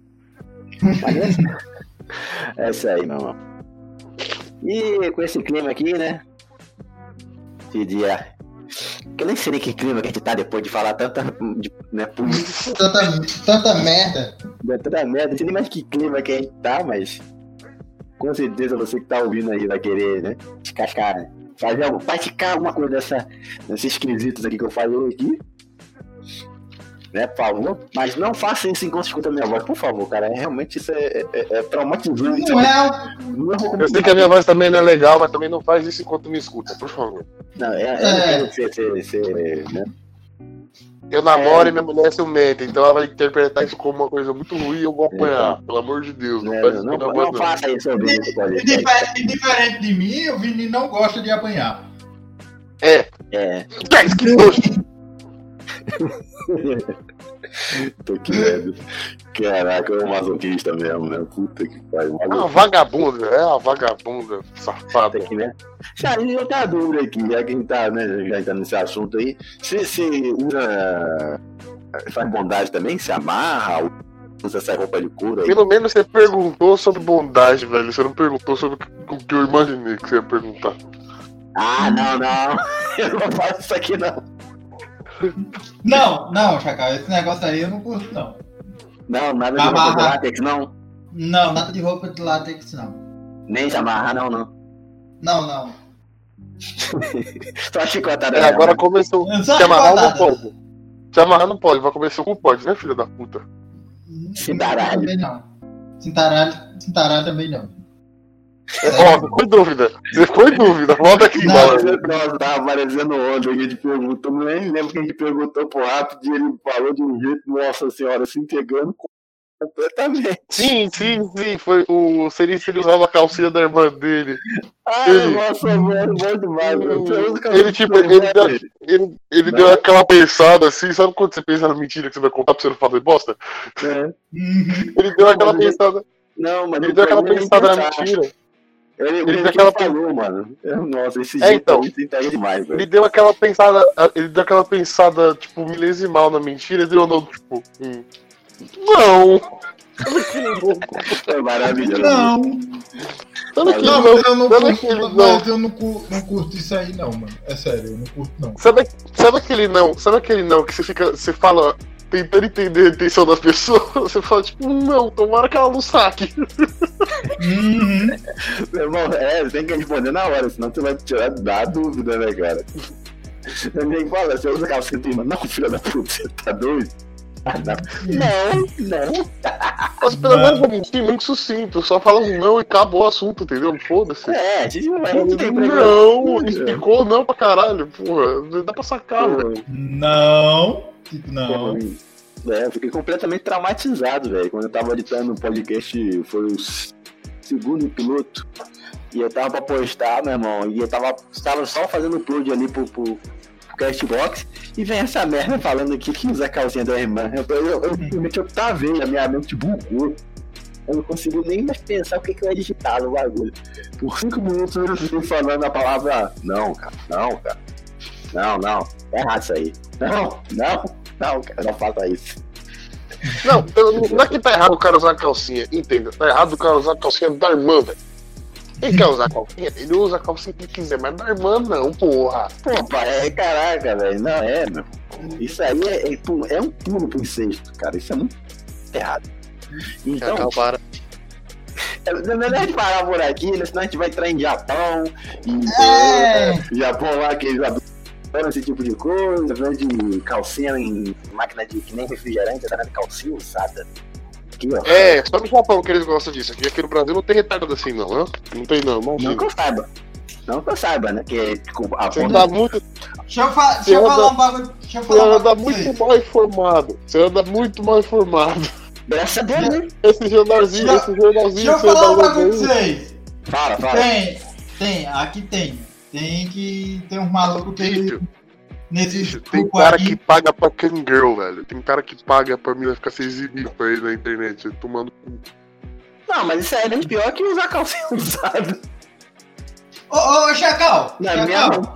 Essa aí, meu irmão. E com esse clima aqui, né? Esse dia Que eu nem sei nem que clima que a gente tá depois de falar tanta. Né, Tanta merda. tanta merda, não sei nem mais que clima que a gente tá, mas. Com certeza você que tá ouvindo aí vai querer, né? Descascar, né? Praticar alguma coisa desses quesitos aqui que eu falei aqui. Né, por favor. Mas não faça isso enquanto escuta a minha voz, por favor, cara. Realmente isso é traumatizante. Não é. Eu sei que a minha voz também não é legal, mas também não faz isso enquanto me escuta, por favor. Não, eu não quero ser, né? Eu namoro e minha mulher é ciumenta, então ela vai interpretar isso como uma coisa muito ruim e eu vou apanhar. Pelo amor de Deus, não faz isso com a minha voz, não faça isso, eu Diferente de mim, o Vini não gosta de apanhar. É. Que nojo. Tô que medo. Caraca, é um masoquista mesmo, né? Puta que pariu. É uma vagabunda, safada. Aqui, né? Charlie, eu tenho a dúvida aqui, já que a gente tá, né, já tá nesse assunto aí. Você usa. Faz bondade também? Se amarra? Usa essa roupa de couro aí? Pelo menos você perguntou sobre bondade, velho. Você não perguntou sobre o que eu imaginei que você ia perguntar. Ah, não. Eu não faço isso aqui, não. Não, Chacal, esse negócio aí eu não curto, não. Não, nada de roupa de látex, não? Não, nada de roupa de látex, não. Nem se amarrar, não. Não. Só chicotada. Agora começou. Se amarrar não pode. Se amarrar não pode, vai comer seu cu, pode, né, filho da puta? Cintaralho também não. Cintaralho também não. Você ficou em dúvida, volta aqui, mano. Nossa, tava aparecendo ontem, a gente perguntou, não lembro que a gente perguntou pro rápido e ele falou de um jeito, nossa senhora, se entregando completamente. Sim, foi o Seri usava a calcinha da irmã dele. Nossa, mano, bom demais, ele deu aquela pensada assim, sabe quando você pensa na mentira que você vai contar pra você não fazer bosta? Ele deu aquela pensada. Não, mas ele deu aquela pensada na mentira. Ele deu aquela falou, mano. Nossa, esse jeito então, é demais, velho. ele deu aquela pensada, tipo, milesimal na mentira, ele andou, tipo, não. É maravilhoso. Não, eu não curto isso aí, não, mano. É sério, eu não curto, não. Sabe aquele não que você fala tentando entender a intenção das pessoas, você fala, tipo, não, tomara que ela não saque. Meu irmão, você tem que responder na hora, senão você vai tirar da dúvida, né, cara? Ninguém fala, você usa calcinha de não, filha da puta, você tá doido? Não. Mas pelo menos eu menti muito sucinto, só fala não e acabou o assunto, entendeu? Foda-se. A gente não vai. Não, explicou não pra caralho, porra. Dá pra sacar, velho. Não. Eu fiquei completamente traumatizado, velho. Quando eu tava editando o podcast, foi o segundo piloto. E eu tava pra postar, meu irmão. E eu tava só fazendo upload ali pro Castbox. E vem essa merda falando aqui que usa a calcinha da irmã. Eu simplesmente octavei, a minha mente bugou. Eu não consigo nem mais pensar o que eu ia digitar no bagulho. Por 5 minutos eu fiquei falando a palavra não, cara. Não. É errado isso aí. Não, cara, não faça isso. Não é que tá errado o cara usar calcinha, entenda. Tá errado o cara usar calcinha da irmã, velho. Ele quer usar calcinha? Ele usa a calcinha que ele quiser, mas da irmã não, porra. Pô, pai, caraca, velho. Não, meu. Isso aí é um pulo pro incesto, cara. Isso é muito errado. Então, para. É melhor a gente parar por aqui, né? Senão a gente vai entrar em Japão. Japão lá, que eles adoram esse tipo de coisa, vende calcinha em máquina de que nem refrigerante, tá vendo? Calcinha usada. Aqui, ó. Só no Japão que eles gostam disso. Aqui no Brasil não tem retardado assim, não, né? Não tem, não. Não que eu saiba. Não que eu saiba, né? Que a você anda muito. Deixa eu falar um bagulho. Você anda muito mal informado. Graças a Deus, né? Esse jornalzinho. Deixa eu falar um bagulho pra vocês. Fala. Aqui tem. Tem uns malucos que tem cara que paga pra Kangirl, velho. Tem cara que paga pra mim ficar se exibindo pra ele na internet, tomando. Não, mas isso é bem pior que usar calcinha usada. Ô, Chacal! Não.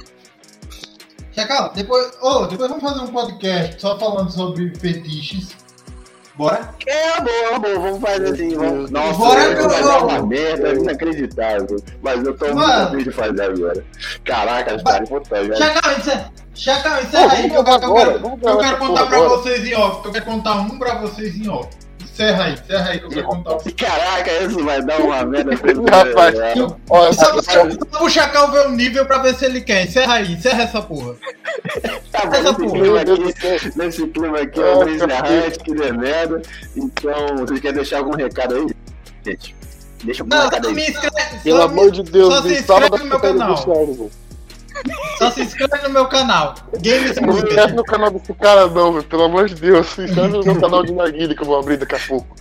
Chacal, depois vamos fazer um podcast só falando sobre fetiches. Bora? Boa, vamos fazer assim. Vamos... Nossa, Bora que vai dar uma merda inacreditável. Mas eu tô muito afim de fazer agora. Caraca, os caras botaram, velho. Chacão, encerra aí que eu quero contar pra vocês em off. Eu quero contar um pra vocês em off. Encerra aí que eu quero contar um. Caraca, isso vai dar uma merda. Rapaz, olha, Só pro Chacal ver o nível pra ver se ele quer. Encerra essa porra. Tá bom, nesse clima aqui é o encerrante, que dê merda. Então, vocês querem deixar algum recado aí, gente? Deixa algum recado aí. Pelo amor de Deus, só se inscreve no meu canal. Só se inscreve no meu canal. Games Não se inscreve no canal desse cara não, velho. Pelo amor de Deus, se inscreve no meu canal de Narguilha que eu vou abrir daqui a pouco.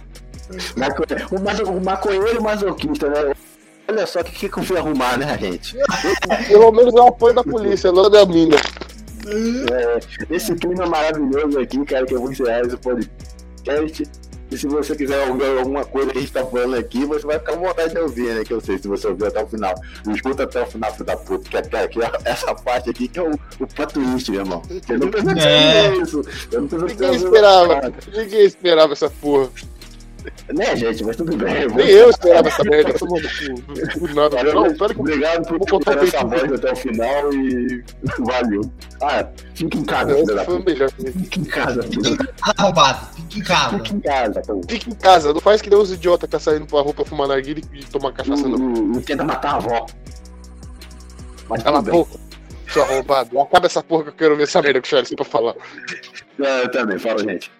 O maconheiro masoquista, né? Olha só o que eu fui arrumar, né, gente? Pelo menos é o apoio da polícia, não da mina. Esse clima maravilhoso aqui, cara, que eu vou encerrar esse podcast. E se você quiser ouvir alguma coisa que a gente tá falando aqui, você vai ficar com vontade de ouvir, né? Que eu sei, se você ouvir até o final. Não escuta até o final, filho da puta. Que até aqui, essa parte aqui que é o plot twist, meu irmão. Eu não pensava que seria isso. Eu não pensava que Ninguém esperava essa porra. Né, gente, mas tudo bem. Nem eu esperava essa merda. Todo mundo nada. Não, obrigado por contar essa voz até o final e valeu. Fica em casa, filho da puta. Fica em casa, filho. Arrombado, fica em casa. Fica em casa, não faz que nem os idiotas que tá saindo pra rua pra fumar narguilha e tomar cachaça não tenta matar a avó. Mas cala a boca, seu arrombado. Acaba essa porra que eu quero ver essa merda que o Charles tem pra falar. Eu também, fala, gente.